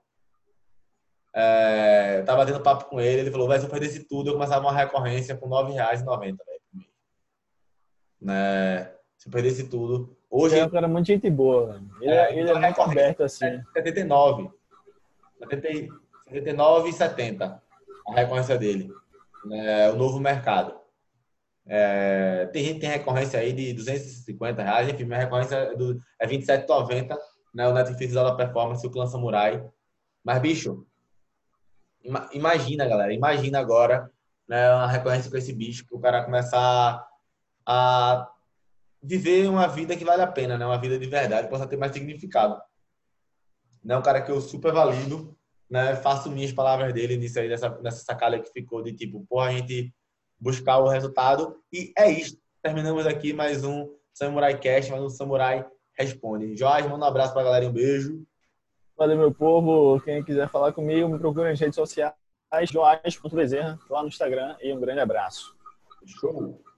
Eu tava batendo papo com ele, ele falou, vai, se eu perdesse tudo, eu começava uma recorrência com R$ 9,90, velho, por mês. Né? Se eu perdesse tudo. Ele é Hoje, um cara muito gente boa, velho. Ele é então a muito recorrência aberto, assim. é 79, 79,70 a recorrência dele. O novo mercado. Tem gente que tem recorrência aí de R$ 250, enfim, minha recorrência é 27,90, né? O Netflix da Performance, o Clã Samurai. Mas, bicho, Imagina, galera, imagina agora, né, uma recorrência com esse bicho, que o cara começar a viver uma vida que vale a pena, né? Uma vida de verdade, possa ter mais significado. Né? Um cara que eu super valido, né? Faço minhas palavras dele nisso aí, nessa sacada que ficou de tipo, porra, a gente buscar o resultado. E é isso. Terminamos aqui mais um Samurai Cast, mais um Samurai Responde. Jorge, manda um abraço pra galera e um beijo. Valeu, meu povo. Quem quiser falar comigo, me procura nas redes sociais, joás.bezerra, lá no Instagram. E um grande abraço. Show!